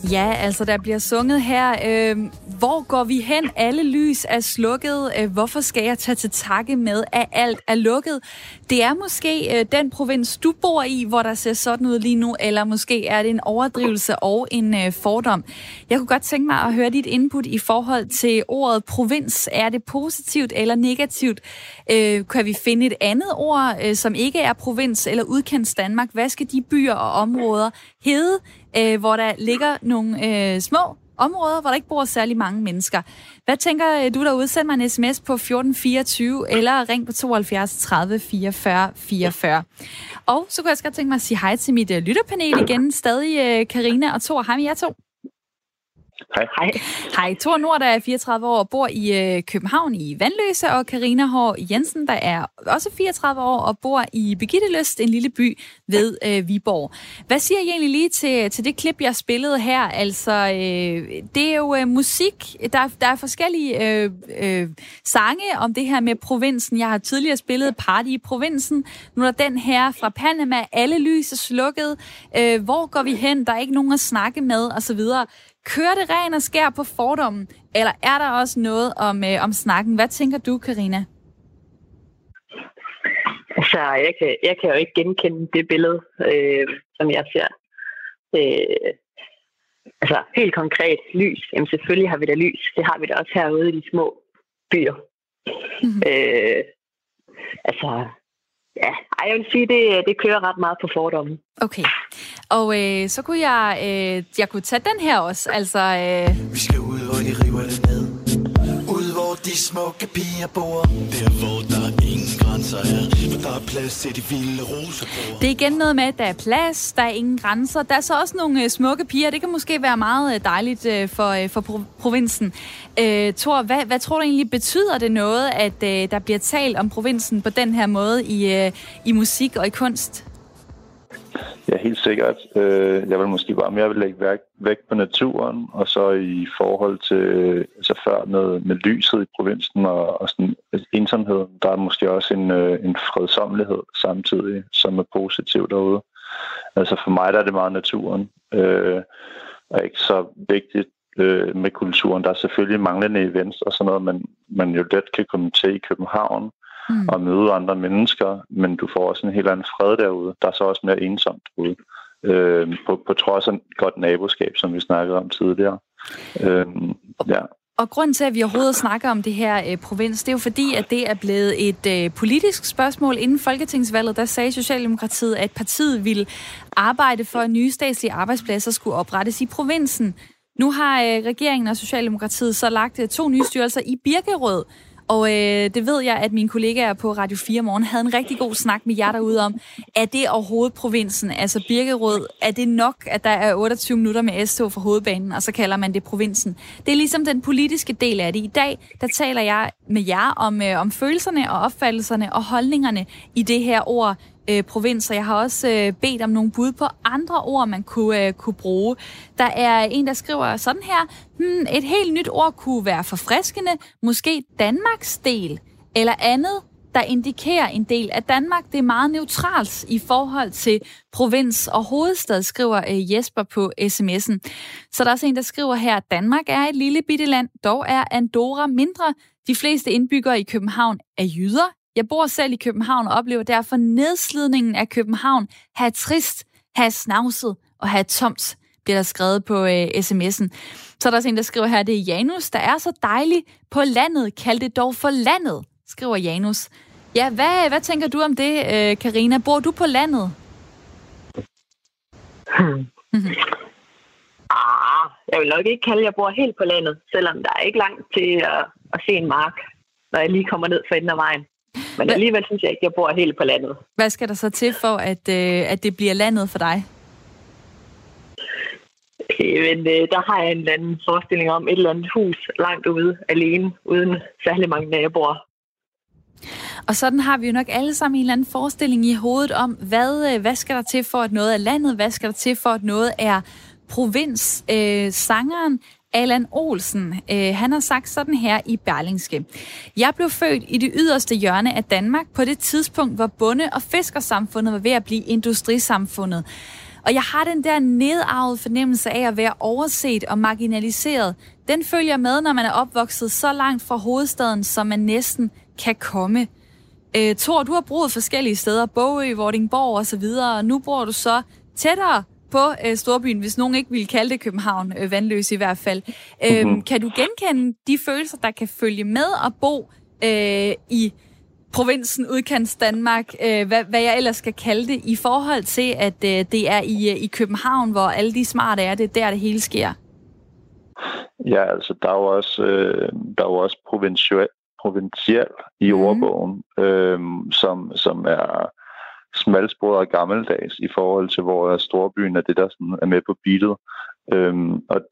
Ja, altså der bliver sunget her. Hvor går vi hen? Alle lys er slukket. Hvorfor skal jeg tage til takke med, at alt er lukket? Det er måske den provins, du bor i, hvor der ser sådan ud lige nu, eller måske er det en overdrivelse og en fordom. Jeg kunne godt tænke mig at høre dit input i forhold til ordet provins. Er det positivt eller negativt? Kan vi finde et andet ord, som ikke er provins eller udkants Danmark? Hvad skal de byer og områder hedde, hvor der ligger nogle små områder, hvor der ikke bor særlig mange mennesker? Hvad tænker du derude? Send mig en sms på 1424 eller ring på 72 30 44 44. Og så kunne jeg også godt tænke mig at sige hej til mit lytterpanel igen. Stadig Karina og Thor. Hej med jer to. Hej. Hej. Thor Nord, der er 34 år og bor i København i Vanløse, og Karina Hår Jensen, der er også 34 år og bor i Birgittelyst, en lille by ved Viborg. Hvad siger I egentlig lige til det klip, jeg spillede her? Altså, det er jo musik. Der er forskellige sange om det her med provinsen. Jeg har tidligere spillet Party i provinsen. Nu er der den her fra Panama. Alle lys er slukket. Hvor går vi hen? Der er ikke nogen at snakke med, osv. Kører det ren og skær på fordommen, eller er der også noget om snakken? Hvad tænker du, Karina? Altså, jeg kan jo ikke genkende det billede, som jeg ser. Altså, helt konkret lys. Jamen, selvfølgelig har vi da lys. Det har vi da også herude i de små byer. Mm-hmm. Ja, jeg vil sige, det kører ret meget på fordommen. Okay. Og så kunne jeg kunne tage den her også. Altså, vi skal ud, hvor de river det ned. Ud, hvor de smukke piger bor. Der, hvor der ingen grænser er. For der er plads til de vilde roserbord. Det er igen noget med, at der er plads, der er ingen grænser. Der er så også nogle smukke piger. Det kan måske være meget dejligt for provinsen. Thor, hvad tror du egentlig betyder det noget, at der bliver talt om provinsen på den her måde i musik og i kunst? Ja, helt sikkert. Jeg vil måske bare mere lægge vægt på naturen, og så i forhold til altså før med lyset i provinsen og sådan ensomheden, der er måske også en fredsommelighed samtidig, som er positiv derude. Altså for mig der er det meget naturen, og ikke så vigtigt med kulturen. Der er selvfølgelig manglende events og sådan noget, men man jo let kan komme til i København og møde andre mennesker, men du får også en helt anden fred derude. Der er så også mere ensomt derude, på trods af godt naboskab, som vi snakkede om tidligere. Ja. Og grunden til, at vi overhovedet snakker om det her provins, det er jo fordi, at det er blevet et politisk spørgsmål. Inden folketingsvalget, der sagde Socialdemokratiet, at partiet ville arbejde for, at nye statslige arbejdspladser skulle oprettes i provinsen. Nu har regeringen og Socialdemokratiet så lagt 2 nye styrelser i Birkerød. Og det ved jeg, at mine kollegaer på Radio 4 Morgen havde en rigtig god snak med jer derude om. Er det overhovedet provinsen, altså Birkerød? Er det nok, at der er 28 minutter med S-tog fra hovedbanen, og så kalder man det provinsen? Det er ligesom den politiske del af det. I dag, der taler jeg med jer om følelserne og opfattelserne og holdningerne i det her ord provinser. Jeg har også bedt om nogle bud på andre ord, man kunne bruge. Der er en, der skriver sådan her. Et helt nyt ord kunne være forfriskende, måske Danmarks del, eller andet, der indikerer en del af Danmark. Det er meget neutralt i forhold til provins og hovedstad, skriver Jesper på sms'en. Så der er også en, der skriver her, at Danmark er et lille bitte land, dog er Andorra mindre. De fleste indbyggere i København er jyder. Jeg bor selv i København og oplever derfor nedslidningen af København. Ha' trist, ha' snavset og ha' tomt, bliver der skrevet på sms'en. Så er der også en, der skriver her, det er Janus, der er så dejligt på landet. Kald det dog for landet, skriver Janus. Ja, hvad tænker du om det, Karina? Bor du på landet? Jeg vil nok ikke kalde, at jeg bor helt på landet, selvom der er ikke langt til at se en mark, når jeg lige kommer ned for enden af vejen. Men alligevel synes jeg ikke, at jeg bor helt på landet. Hvad skal der så til for, at det bliver landet for dig? Men der har jeg en eller anden forestilling om et eller andet hus langt ude, alene, uden særlig mange naboer. Og sådan har vi jo nok alle sammen en eller anden forestilling i hovedet om, hvad skal der til for, at noget er landet? Hvad skal der til for, at noget er provins? Sangeren Allan Olsen, han har sagt sådan her i Berlingske. Jeg blev født i det yderste hjørne af Danmark på det tidspunkt, hvor bonde- og fiskersamfundet var ved at blive industrisamfundet. Og jeg har den der nedarvede fornemmelse af at være overset og marginaliseret. Den følger med, når man er opvokset så langt fra hovedstaden, som man næsten kan komme. Thor, du har boet forskellige steder, Bogø, Vordingborg og så videre, og nu bor du så tættere på storbyen, hvis nogen ikke ville kalde det København, Vandløse i hvert fald. Kan du genkende de følelser, der kan følge med at bo i provinsen, udkants Danmark, hvad jeg ellers skal kalde det, i forhold til, at det er i København, hvor alle de smarte er, det er der, det hele sker? Ja, altså, der er jo også provinciel i ordbogen, som er smalsporet og gammeldags i forhold til, hvor storbyen er det, der sådan er med på beatet. Og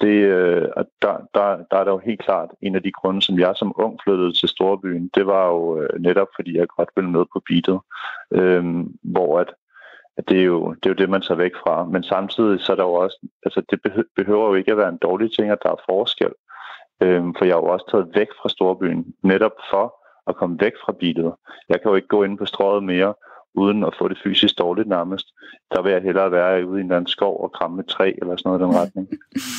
der er der jo helt klart en af de grunde, som jeg som ung flyttede til storbyen. Det var jo netop, fordi jeg godt ville med på beatet. Hvor at det er jo det, man tager væk fra. Men samtidig så er der jo også, altså det behøver jo ikke at være en dårlig ting, at der er forskel. For jeg har jo også taget væk fra storbyen, netop for at komme væk fra beatet. Jeg kan jo ikke gå ind på strøget mere, uden at få det fysisk dårligt nærmest. Der vil jeg hellere være ude i en eller anden skov og kramme et træ, eller sådan noget i den retning.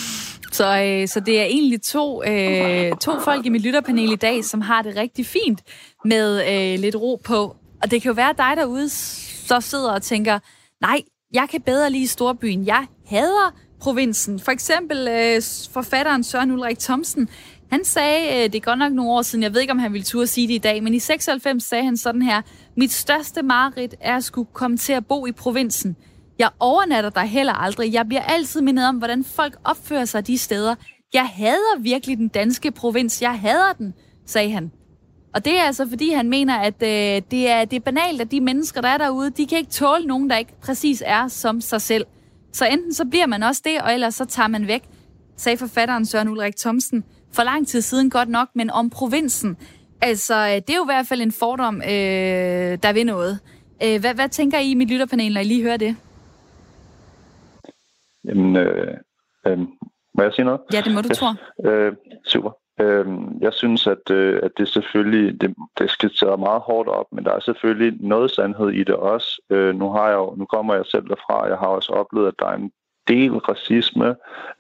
Så det er egentlig to folk i mit lytterpanel i dag, som har det rigtig fint med lidt ro på. Og det kan jo være dig derude, så sidder og tænker, nej, jeg kan bedre lide storbyen. Jeg hader provinsen. For eksempel forfatteren Søren Ulrik Thomsen. Han sagde, det er godt nok nogle år siden, jeg ved ikke, om han ville turde sige det i dag, men i 96 sagde han sådan her: mit største mareridt er at skulle komme til at bo i provinsen. Jeg overnatter der heller aldrig. Jeg bliver altid mindet om, hvordan folk opfører sig de steder. Jeg hader virkelig den danske provins. Jeg hader den, sagde han. Og det er altså, fordi han mener, at det er banalt, at de mennesker, der er derude, de kan ikke tåle nogen, der ikke præcis er som sig selv. Så enten så bliver man også det, og ellers så tager man væk, sagde forfatteren Søren Ulrik Thomsen for lang tid siden godt nok, men om provinsen. Altså, det er jo i hvert fald en fordom, der vil noget. Hvad tænker I mit lytterpanel, når I lige hører det? Jamen, må jeg sige noget? Ja, det må du, Thor. Super. Jeg synes, at det selvfølgelig, det skal tage meget hårdt op, men der er selvfølgelig noget sandhed i det også. Nu kommer jeg selv derfra, jeg har også oplevet, at der er en del racisme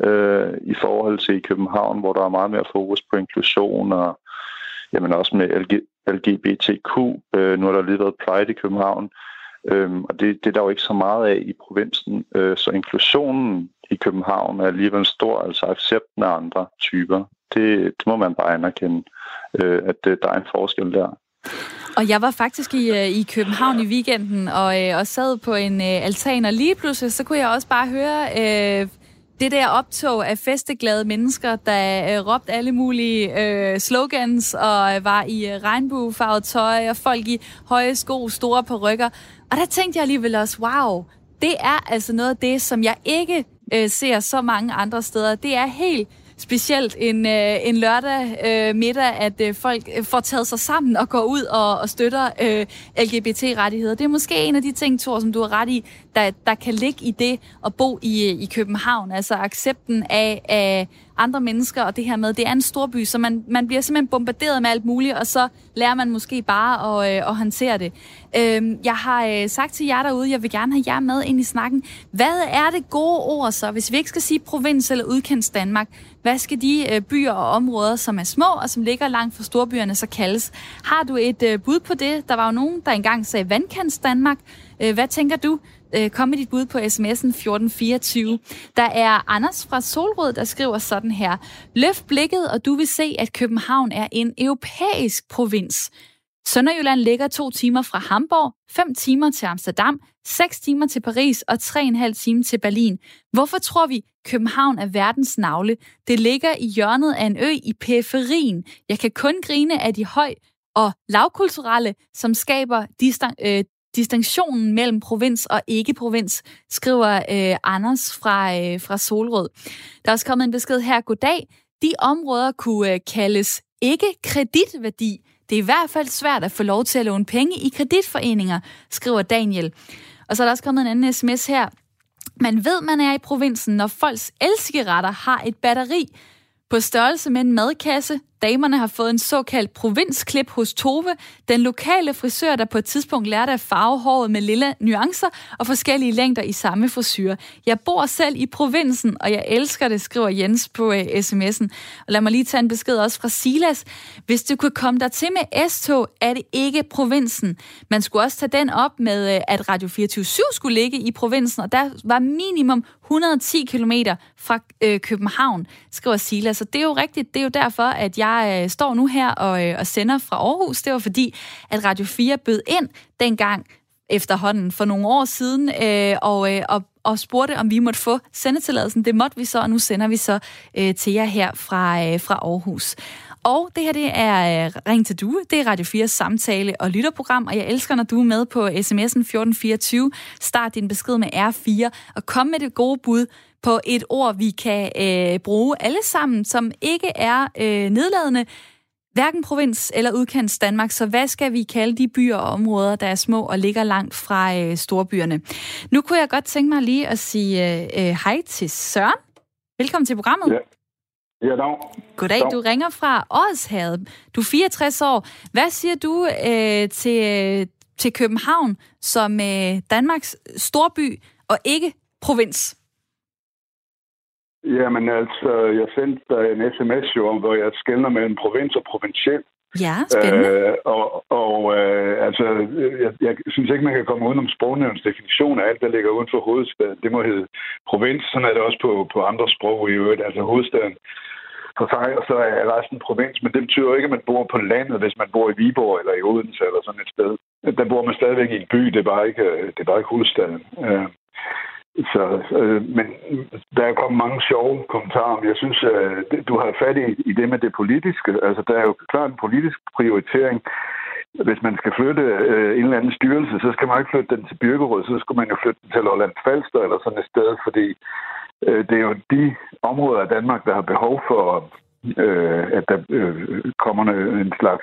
i forhold til i København, hvor der er meget mere fokus på inklusion og jamen også med LGBTQ. Nu har der lige været Pride i København, og det er der jo ikke så meget af i provinsen. Så inklusionen i København er alligevel stor, altså accepten af andre typer. Det må man bare anerkende, at der er en forskel der. Og jeg var faktisk i København i weekenden og sad på en altan, og lige pludselig så kunne jeg også bare høre det der optog af festeglade mennesker, der råbte alle mulige slogans og var i regnbuefarvet tøj og folk i høje sko, store parykker. Og der tænkte jeg alligevel også, wow, det er altså noget af det, som jeg ikke ser så mange andre steder. Det er helt specielt en lørdag middag, at folk får taget sig sammen og går ud og støtter LGBT-rettigheder. Det er måske en af de ting, Thor, som du har ret i, der kan ligge i det at bo i København. Altså accepten af andre mennesker, og det her med, det er en storby, så man bliver simpelthen bombarderet med alt muligt, og så lærer man måske bare at håndtere det. Jeg har sagt til jer derude, jeg vil gerne have jer med ind i snakken. Hvad er det gode ord så, hvis vi ikke skal sige provins eller udkants Danmark? Hvad skal de byer og områder, som er små og som ligger langt fra storbyerne, så kaldes? Har du et bud på det? Der var jo nogen, der engang sagde vandkants Danmark. Hvad tænker du? Kom med dit bud på sms'en 1424. Der er Anders fra Solrød, der skriver sådan her: løft blikket, og du vil se, at København er en europæisk provins. Sønderjylland ligger 2 timer fra Hamburg, 5 timer til Amsterdam, 6 timer til Paris og 3,5 timer til Berlin. Hvorfor tror vi, København er verdens navle? Det ligger i hjørnet af en ø i periferien. Jeg kan kun grine af de høj- og lavkulturelle, som skaber distinktionen mellem provins og ikke-provins, skriver Anders fra Solrød. Der er også kommet en besked her. Goddag. De områder kunne kaldes ikke-kreditværdi. Det er i hvert fald svært at få lov til at låne penge i kreditforeninger, skriver Daniel. Og så er der også kommet en anden sms her. Man ved, man er i provinsen, når folks elcigaretter har et batteri på størrelse med en madkasse, Damerne har fået en såkaldt provinsklip hos Tove, den lokale frisør, der på et tidspunkt lærte at farve håret med lilla nuancer og forskellige længder i samme frisyr. Jeg bor selv i provinsen, og jeg elsker det, skriver Jens på sms'en. Og lad mig lige tage en besked også fra Silas. Hvis du kunne komme der til med S-tog, er det ikke provinsen. Man skulle også tage den op med, at Radio 24/7 skulle ligge i provinsen, og der var minimum 110 kilometer fra København, skriver Silas. Så det er jo rigtigt. Det er jo derfor, at jeg står nu her og sender fra Aarhus. Det var fordi, at Radio 4 bød ind dengang efterhånden for nogle år siden og spurgte, om vi måtte få sendetilladelsen. Det måtte vi så, og nu sender vi så til jer her fra Aarhus. Og det her, det er Ring til Due. Det er Radio 4's samtale- og lytterprogram, og jeg elsker, når du er med på sms'en 1424. Start din besked med R4, og kom med det gode bud på et ord, vi kan bruge alle sammen, som ikke er nedladende, hverken provins eller udkants Danmark. Så hvad skal vi kalde de byer og områder, der er små og ligger langt fra storbyerne? Nu kunne jeg godt tænke mig lige at sige hej til Søren. Velkommen til programmet. Ja. Ja, dag. Goddag, du ringer fra Odsherred. Du er 64 år. Hvad siger du til København som Danmarks storby og ikke provins? Jamen altså, jeg sendte dig en sms jo, hvor jeg skelner mellem provins og provinciel. Ja, spændende. Altså, jeg synes ikke, man kan komme udenom sprognævnens definition af alt, der ligger uden for hovedstaden. Det må hedde provins, sådan er det også på andre sprog i øvrigt. Altså hovedstaden for sig, og så er resten provins. Men det betyder jo ikke, at man bor på landet, hvis man bor i Viborg eller i Odense eller sådan et sted. Der bor man stadigvæk i en by, det er bare ikke hovedstaden. Men der er kommet mange sjove kommentarer, men jeg synes, du har fat i det med det politiske. Altså, der er jo klart en politisk prioritering. Hvis man skal flytte en eller anden styrelse, så skal man ikke flytte den til Birkerød, så skal man jo flytte den til Lolland Falster eller sådan et sted, fordi det er jo de områder af Danmark, der har behov for, at der kommer en slags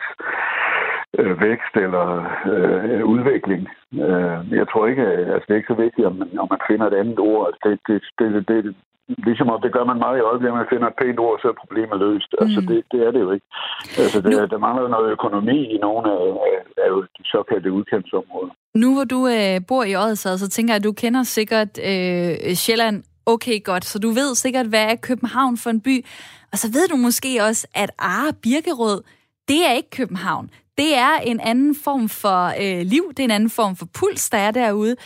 vækst eller udvikling. Jeg tror ikke, altså det er ikke så vigtigt, om man finder et andet ord. Det ligesom om det gør man meget i øjeblikket, man finder et pænt ord, så er problemet løst. Altså det er det jo ikke. Altså der mangler noget økonomi i nogle af de såkaldte udkantsområder. Nu hvor du bor i Odsherred, så tænker jeg, at du kender sikkert Sjælland okay godt, så du ved sikkert, hvad er København for en by. Og så ved du måske også, at Birkerød, det er ikke København. Det er en anden form for liv, det er en anden form for puls, der er derude.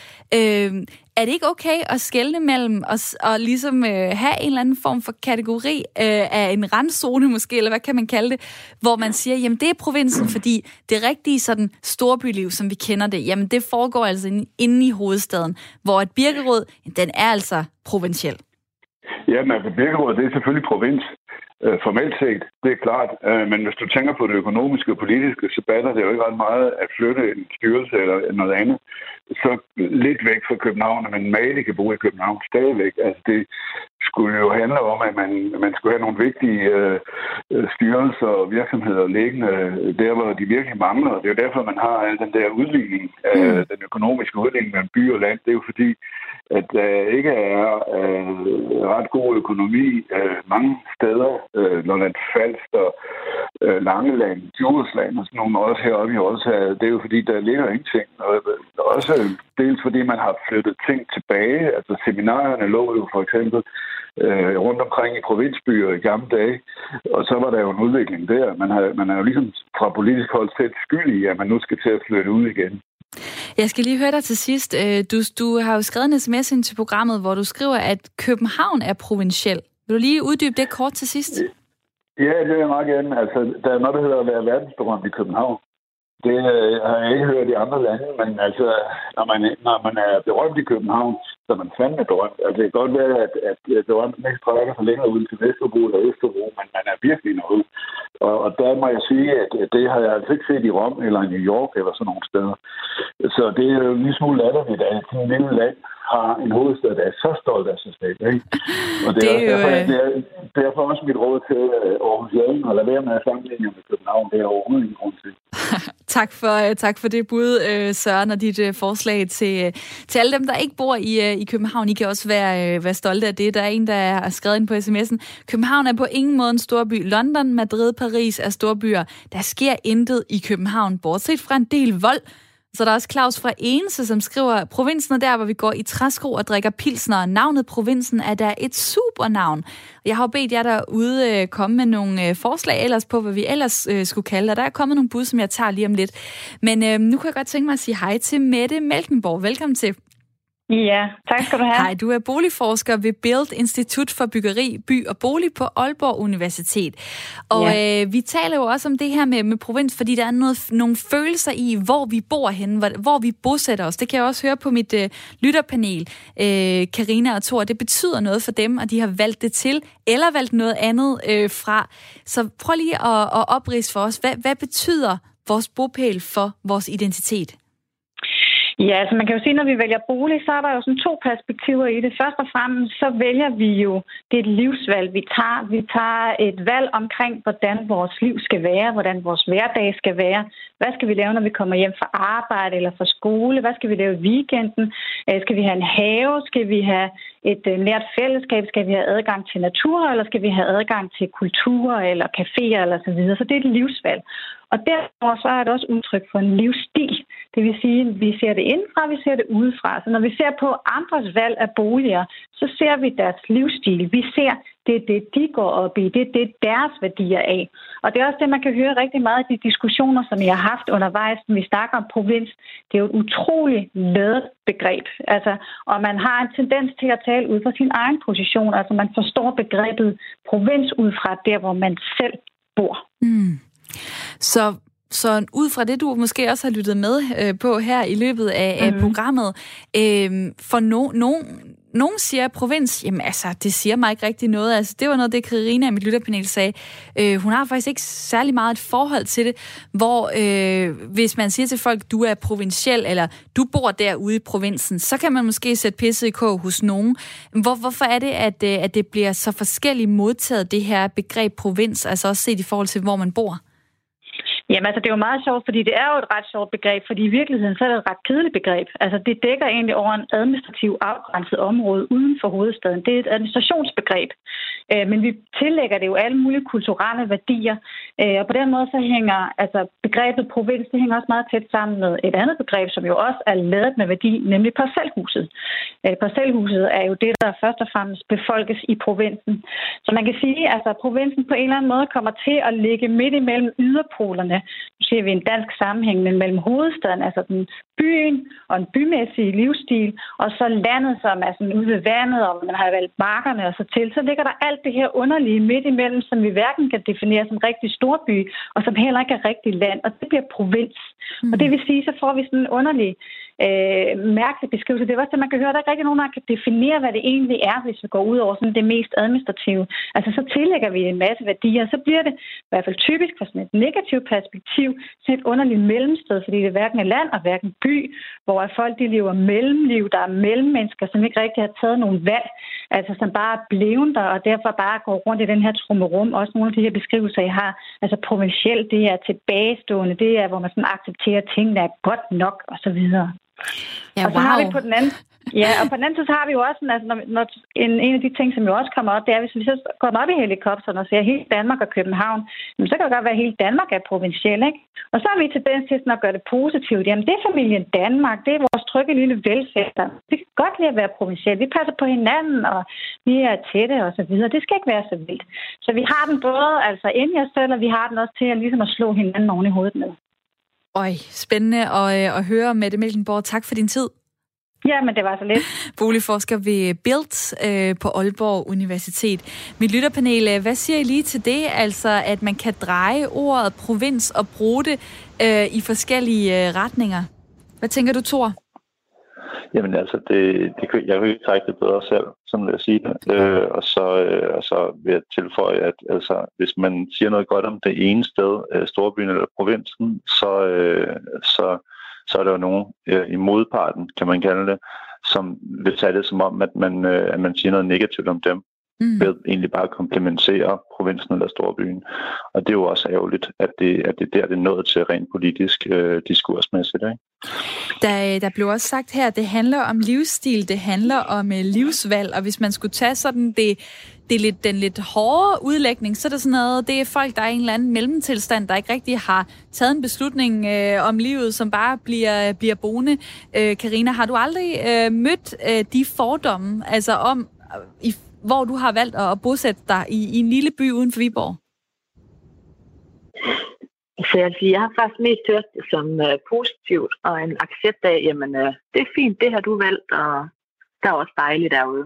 Er det ikke okay at skelne mellem os og ligesom have en eller anden form for kategori af en randzone måske, eller hvad kan man kalde det, hvor man siger, jamen det er provinsen, fordi det rigtige sådan storbyliv, som vi kender det, jamen det foregår altså inde i hovedstaden, hvor et Birkerød, den er altså provinciel. Jamen altså Birkerød, det er selvfølgelig provins. Formelt set, det er klart. Men hvis du tænker på det økonomiske og politiske, så batter det jo ikke ret meget at flytte en styrelse eller noget andet. Så lidt væk fra København, men Mali kan bo i København stadigvæk. Altså det skulle jo handle om, at man skulle have nogle vigtige styrelser og virksomheder liggende der, hvor de virkelig mangler. Det er jo derfor, man har al den der udligning, den økonomiske udligning mellem by og land. Det er jo fordi, at der ikke er ret god økonomi mange steder. Lolland Falster, Langeland, Djursland og sådan nogle også heroppe i Odsherred. Det er jo fordi, der ligger ingenting. Og også dels fordi, man har flyttet ting tilbage. Altså seminarierne lå jo for eksempel rundt omkring i provinsbyer i gamle dage. Og så var der jo en udvikling der. Man er jo ligesom fra politisk hold selv skyld i, at man nu skal til at flytte ud igen. Jeg skal lige høre dig til sidst. Du har jo skrevet en sms ind til programmet, hvor du skriver, at København er provinciel. Vil du lige uddybe det kort til sidst? Ja, det vil jeg meget gerne. Altså, der er noget, der hedder at være verdensberømt i København. Det har jeg ikke hørt i andre lande, men altså, når man er berømt i København, så er man fandme berømt. Altså, det kan godt være, at berømten ikke trækker sig længere ud til Vesterbro eller Østerbro, men man er virkelig noget. Og der må jeg sige, at det har jeg altså ikke set i Rom eller i New York eller sådan nogle steder. Så det er jo en lille smule latterligt, at en lille land har en hovedstad, der er så stolt af sig selv. Ikke? Og det er derfor også mit råd til Aarhusianer, og lade være med at sammenligne med København. Det er overhovedet ingen grund til. Tak for det bud, Søren, og dit forslag til alle dem, der ikke bor i København. I kan også være stolte af det. Der er en, der har skrevet ind på sms'en. København er på ingen måde en storby. London, Madrid, Paris er storbyer. Der sker intet i København, bortset fra en del vold. Så der er også Claus fra Ense, som skriver, provinsen er der, hvor vi går i træsko og drikker pilsner. Navnet provinsen er der et supernavn. Jeg har jo bedt jer derude komme med nogle forslag ellers på, hvad vi ellers skulle kalde. Og der er kommet nogle bud, som jeg tager lige om lidt. Men nu kan jeg godt tænke mig at sige hej til Mette Melkenborg. Velkommen til. Ja, tak skal du have. Hej, du er boligforsker ved Build Institut for Byggeri, By og Bolig på Aalborg Universitet. Og vi taler jo også om det her med provins, fordi der er nogle følelser i, hvor vi bor henne, hvor vi bosætter os. Det kan jeg også høre på mit lytterpanel, Karina og Thor. Det betyder noget for dem, og de har valgt det til, eller valgt noget andet fra. Så prøv lige at opridse for os. Hvad betyder vores bopæl for vores identitet? Ja, altså man kan jo sige, når vi vælger bolig, så er der jo sådan 2 perspektiver i det. Først og fremmest, så vælger vi jo, det er et livsvalg, vi tager. Vi tager et valg omkring, hvordan vores liv skal være, hvordan vores hverdag skal være. Hvad skal vi lave, når vi kommer hjem fra arbejde eller fra skole? Hvad skal vi lave i weekenden? Skal vi have en have? Skal vi have et nært fællesskab? Skal vi have adgang til natur? Eller skal vi have adgang til kultur eller caféer eller så videre? Så det er et livsvalg. Og derfor så er det også udtryk for en livsstil. Det vil sige, at vi ser det indefra, vi ser det udefra. Så når vi ser på andres valg af boliger, så ser vi deres livsstil. Vi ser, det er det, de går op i. Det er det, deres værdier af. Og det er også det, man kan høre rigtig meget i de diskussioner, som jeg har haft undervejs, når vi snakker om provins. Det er jo et utroligt ladet begreb. Altså, og man har en tendens til at tale ud fra sin egen position. Altså, man forstår begrebet provins ud fra der, hvor man selv bor. Mm. Så ud fra det, du måske også har lyttet med på her i løbet af programmet, for nogen siger provins, jamen altså, det siger mig ikke rigtig noget. Altså, det var noget, det Karina i mit lytterpanel sagde. Hun har faktisk ikke særlig meget et forhold til det, hvor hvis man siger til folk, du er provinciel, eller du bor derude i provinsen, så kan man måske sætte pisse i kog hos nogen. Hvorfor er det, at det bliver så forskelligt modtaget, det her begreb provins, altså også set i forhold til, hvor man bor? Jamen altså, det er jo meget sjovt, fordi det er jo et ret sjovt begreb, fordi i virkeligheden så er det et ret kedeligt begreb. Altså, det dækker egentlig over en administrativ afgrænset område uden for hovedstaden. Det er et administrationsbegreb, men vi tillægger det jo alle mulige kulturelle værdier, og på den måde så hænger altså begrebet provins, det hænger også meget tæt sammen med et andet begreb, som jo også er ladet med værdi, nemlig parcelhuset. Parcelhuset er jo det, der først og fremmest befolkes i provinsen. Så man kan sige, at altså, provinsen på en eller anden måde kommer til at ligge midt imellem yderpolerne. Nu ser vi en dansk sammenhæng mellem hovedstaden, altså den byen og en bymæssig livsstil, og så landet, som er sådan ude ved vandet, og man har valgt markerne og så til. Så ligger der alt det her underlige midt imellem, som vi hverken kan definere som rigtig storby, og som heller ikke er rigtig land, og det bliver provins. Og det vil sige, så får vi sådan en underlig mærkelig beskrivelse. Det er også det, man kan høre. Der er ikke rigtig nogen, der kan definere, hvad det egentlig er, hvis vi går ud over sådan det mest administrative. Altså, så tillægger vi en masse værdier, så bliver det i hvert fald typisk fra sådan et negativt perspektiv sådan et underligt mellemsted, fordi det er hverken er land og hverken by, hvor folk de lever mellemliv, der er mellemmennesker, som ikke rigtig har taget nogen valg, altså som bare er blevet der, og derfor bare går rundt i den her trummerum. Også nogle af de her beskrivelser, jeg har, altså provincielt, det er tilbagestående, det er, hvor man sådan accepterer, at tingene er godt nok, og så videre. Ja, og så har vi på den anden, og på den anden side så har vi jo også, altså, når en af de ting, som jo også kommer op, det er, hvis vi så kommer op i helikopteren og ser hele Danmark og København, så kan det godt være, at hele Danmark er provinciel, ikke? Og så har vi tendens til at gøre det positivt. Jamen, det er familien Danmark, det er vores trygge lille velfærd. Det kan godt lide at være provinciel. Vi passer på hinanden, og vi er tætte og så videre. Det skal ikke være så vildt. Så vi har den både altså inde i os selv, og vi har den også til at, ligesom at slå hinanden oven i hovedet med. Spændende at høre, Mette Melkenborg. Tak for din tid. Ja, men det var så lidt. Boligforsker ved Build på Aalborg Universitet. Mit lytterpanel, hvad siger I lige til det? Altså, at man kan dreje ordet provins og bruge det i forskellige retninger. Hvad tænker du, Thor? Jamen altså, jeg kan ikke trække det bedre selv, sådan vil jeg sige det. Og så vil jeg tilføje, at altså, hvis man siger noget godt om det ene sted, storbyen eller provinsen, så er der jo nogen i modparten, kan man kalde det, som vil tage det som om, at man siger noget negativt om dem, ved egentlig bare at komplementere provinsen eller storbyen. Og det er jo også ærgerligt, at det er der, det er nået til rent politisk diskursmæssigt. Ikke? Der blev også sagt her, at det handler om livsstil, det handler om livsvalg, og hvis man skulle tage sådan den lidt hårde udlægning, så er det sådan noget, det er folk, der er en eller anden mellemtilstand, der ikke rigtig har taget en beslutning om livet, som bare bliver boende. Karina, har du aldrig mødt de fordomme, altså om, hvor du har valgt at bosætte dig i en lille by uden for Viborg? Så jeg har faktisk mest hørt det som positivt, og en accept af, jamen det er fint, det har du valgt, og der er også dejligt derude.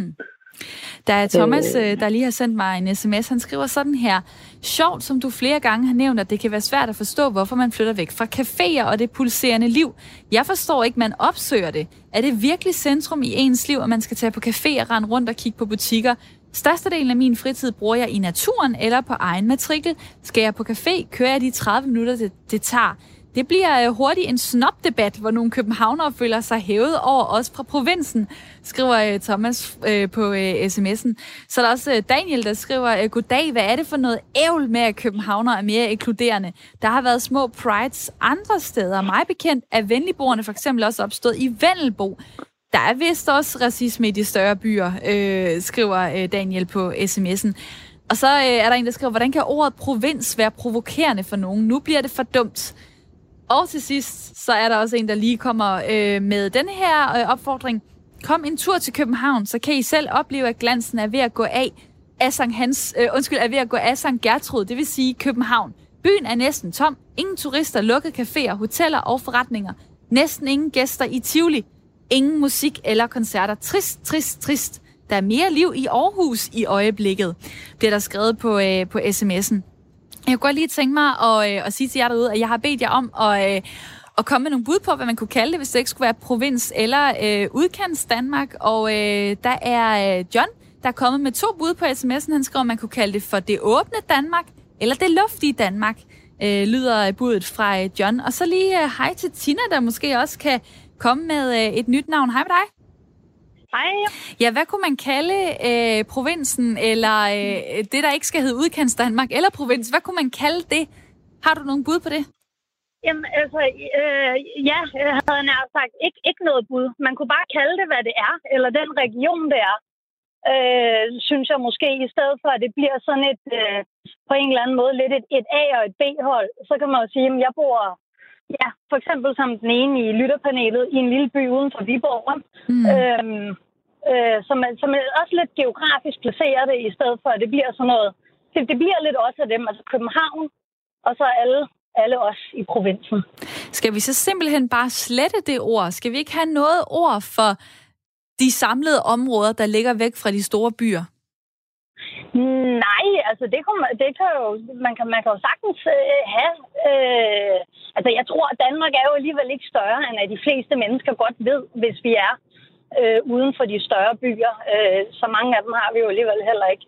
Der er Thomas, der lige har sendt mig en sms. Han skriver sådan her: sjovt, som du flere gange har nævnt, at det kan være svært at forstå, hvorfor man flytter væk fra caféer og det pulserende liv. Jeg forstår ikke, man opsøger det. Er det virkelig centrum i ens liv, at man skal tage på café og rende rundt og kigge på butikker? Størstedelen af min fritid bruger jeg i naturen eller på egen matrikel. Skal jeg på café, kører jeg de 30 minutter, det tager. Det bliver hurtigt en snobdebat, hvor nogle københavnere føler sig hævet over os fra provinsen, skriver Thomas på sms'en. Så er der også Daniel, der skriver: goddag, hvad er det for noget ævl med, at københavnere er mere inkluderende? Der har været små prides andre steder. Mig bekendt er venligboerne for eksempel også opstået i Vendelbo. Der er vist også racisme i de større byer, skriver Daniel på sms'en. Og så er der en, der skriver: hvordan kan ordet provins være provokerende for nogen? Nu bliver det for dumt. Og til sidst, så er der også en, der lige kommer med denne her opfordring. Kom en tur til København, så kan I selv opleve, at glansen er ved at gå af Sankt Gertrud, det vil sige København. Byen er næsten tom. Ingen turister, lukkede caféer, hoteller og forretninger. Næsten ingen gæster i Tivoli. Ingen musik eller koncerter. Trist, trist, trist. Der er mere liv i Aarhus i øjeblikket, bliver der skrevet på sms'en. Jeg kunne godt lige tænke mig at sige til jer derude, at jeg har bedt jer om at komme med nogle bud på, hvad man kunne kalde det, hvis det ikke skulle være provins eller udkants Danmark. Og der er John, der er kommet med 2 bud på sms'en. Han skriver, at man kunne kalde det for det åbne Danmark, eller det luftige Danmark, lyder budet fra John. Og så lige hej til Tina, der måske også kan komme med et nyt navn. Hej med dig. Hej. Ja, hvad kunne man kalde provinsen, eller det, der ikke skal hedde udkants Danmark, eller provins? Hvad kunne man kalde det? Har du nogle bud på det? Jamen, altså, ja, jeg havde nær sagt ikke noget bud. Man kunne bare kalde det, hvad det er, eller den region, det er. Synes jeg måske, i stedet for, at det bliver sådan et, på en eller anden måde, lidt et A- og et B-hold, så kan man jo sige, at jeg bor... Ja, for eksempel som den ene i lytterpanelet i en lille by uden for Viborg, som også lidt geografisk placerer det, i stedet for, at det bliver sådan noget. Det bliver lidt også af dem, altså København, og så alle os i provinsen. Skal vi så simpelthen bare slette det ord? Skal vi ikke have noget ord for de samlede områder, der ligger væk fra de store byer? Nej, altså det kan jo, man kan jo sagtens have. Altså jeg tror, at Danmark er jo alligevel ikke større, end at de fleste mennesker godt ved, hvis vi er uden for de større byer. Så mange af dem har vi jo alligevel heller ikke.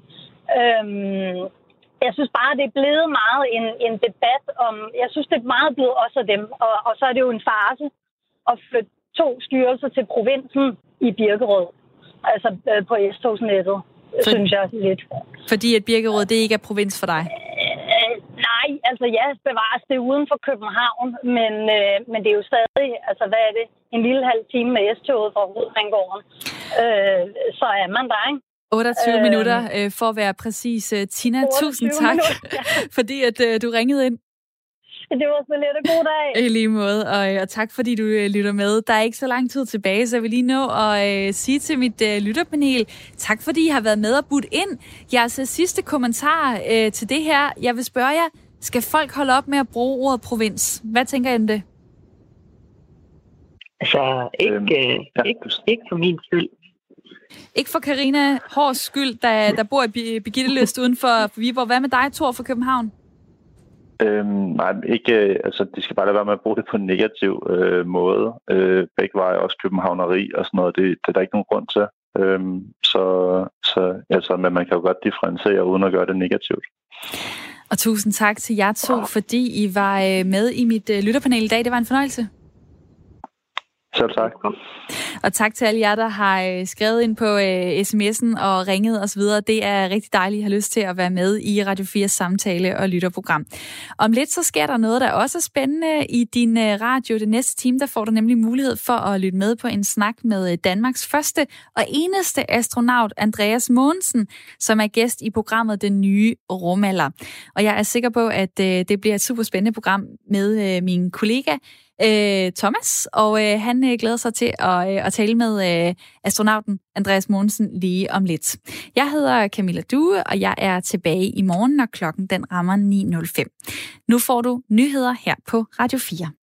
Jeg synes bare, det er blevet meget en debat om... Jeg synes, det er meget blevet også af dem. Og så er det jo en farce at flytte 2 styrelser til provinsen i Birkerød. Altså på S-togsnettet, synes jeg lidt. Fordi at Birkerød, det ikke er provins for dig? Nej, altså ja, bevares det uden for København, men det er jo stadig, altså hvad er det, en lille halv time med S-toget fra Rødringgården. Så er man der, ikke? 28 minutter for at være præcis. Tina, tusind tak, fordi at du ringede ind. Det var så lidt en god dag. I lige måde, og tak fordi du lytter med. Der er ikke så lang tid tilbage, så jeg vil lige nå at sige til mit lytterpanel, tak fordi I har været med og budt ind. Jeres sidste kommentar til det her. Jeg vil spørge jer, skal folk holde op med at bruge ordet provins? Hvad tænker I om det? Altså, ikke for min skyld. Ikke for Karina Hårs skyld, der bor i Birgittelyst uden for Viborg. Hvad med dig, Thor, fra København? Nej, ikke. Altså, de skal bare lade være med at bruge det på en negativ måde. Begge veje, også københavneri og sådan noget, det er der ikke nogen grund til. Men man kan jo godt differentiere uden at gøre det negativt. Og tusind tak til jer to, fordi I var med i mit lytterpanel i dag. Det var en fornøjelse. Selv tak. Og tak til alle jer, der har skrevet ind på sms'en og ringet osv. Det er rigtig dejligt, at I har lyst til at være med i Radio 4's samtale- og lytterprogram. Om lidt så sker der noget, der også er spændende i din radio. Det næste time, der får du nemlig mulighed for at lytte med på en snak med Danmarks første og eneste astronaut, Andreas Mogensen, som er gæst i programmet Den Nye Rumalder. Og jeg er sikker på, at det bliver et super spændende program med min kollega Thomas, og han glæder sig til at tale med astronauten Andreas Mogensen lige om lidt. Jeg hedder Camilla Due, og jeg er tilbage i morgen, når klokken den rammer 9:05. Nu får du nyheder her på Radio 4.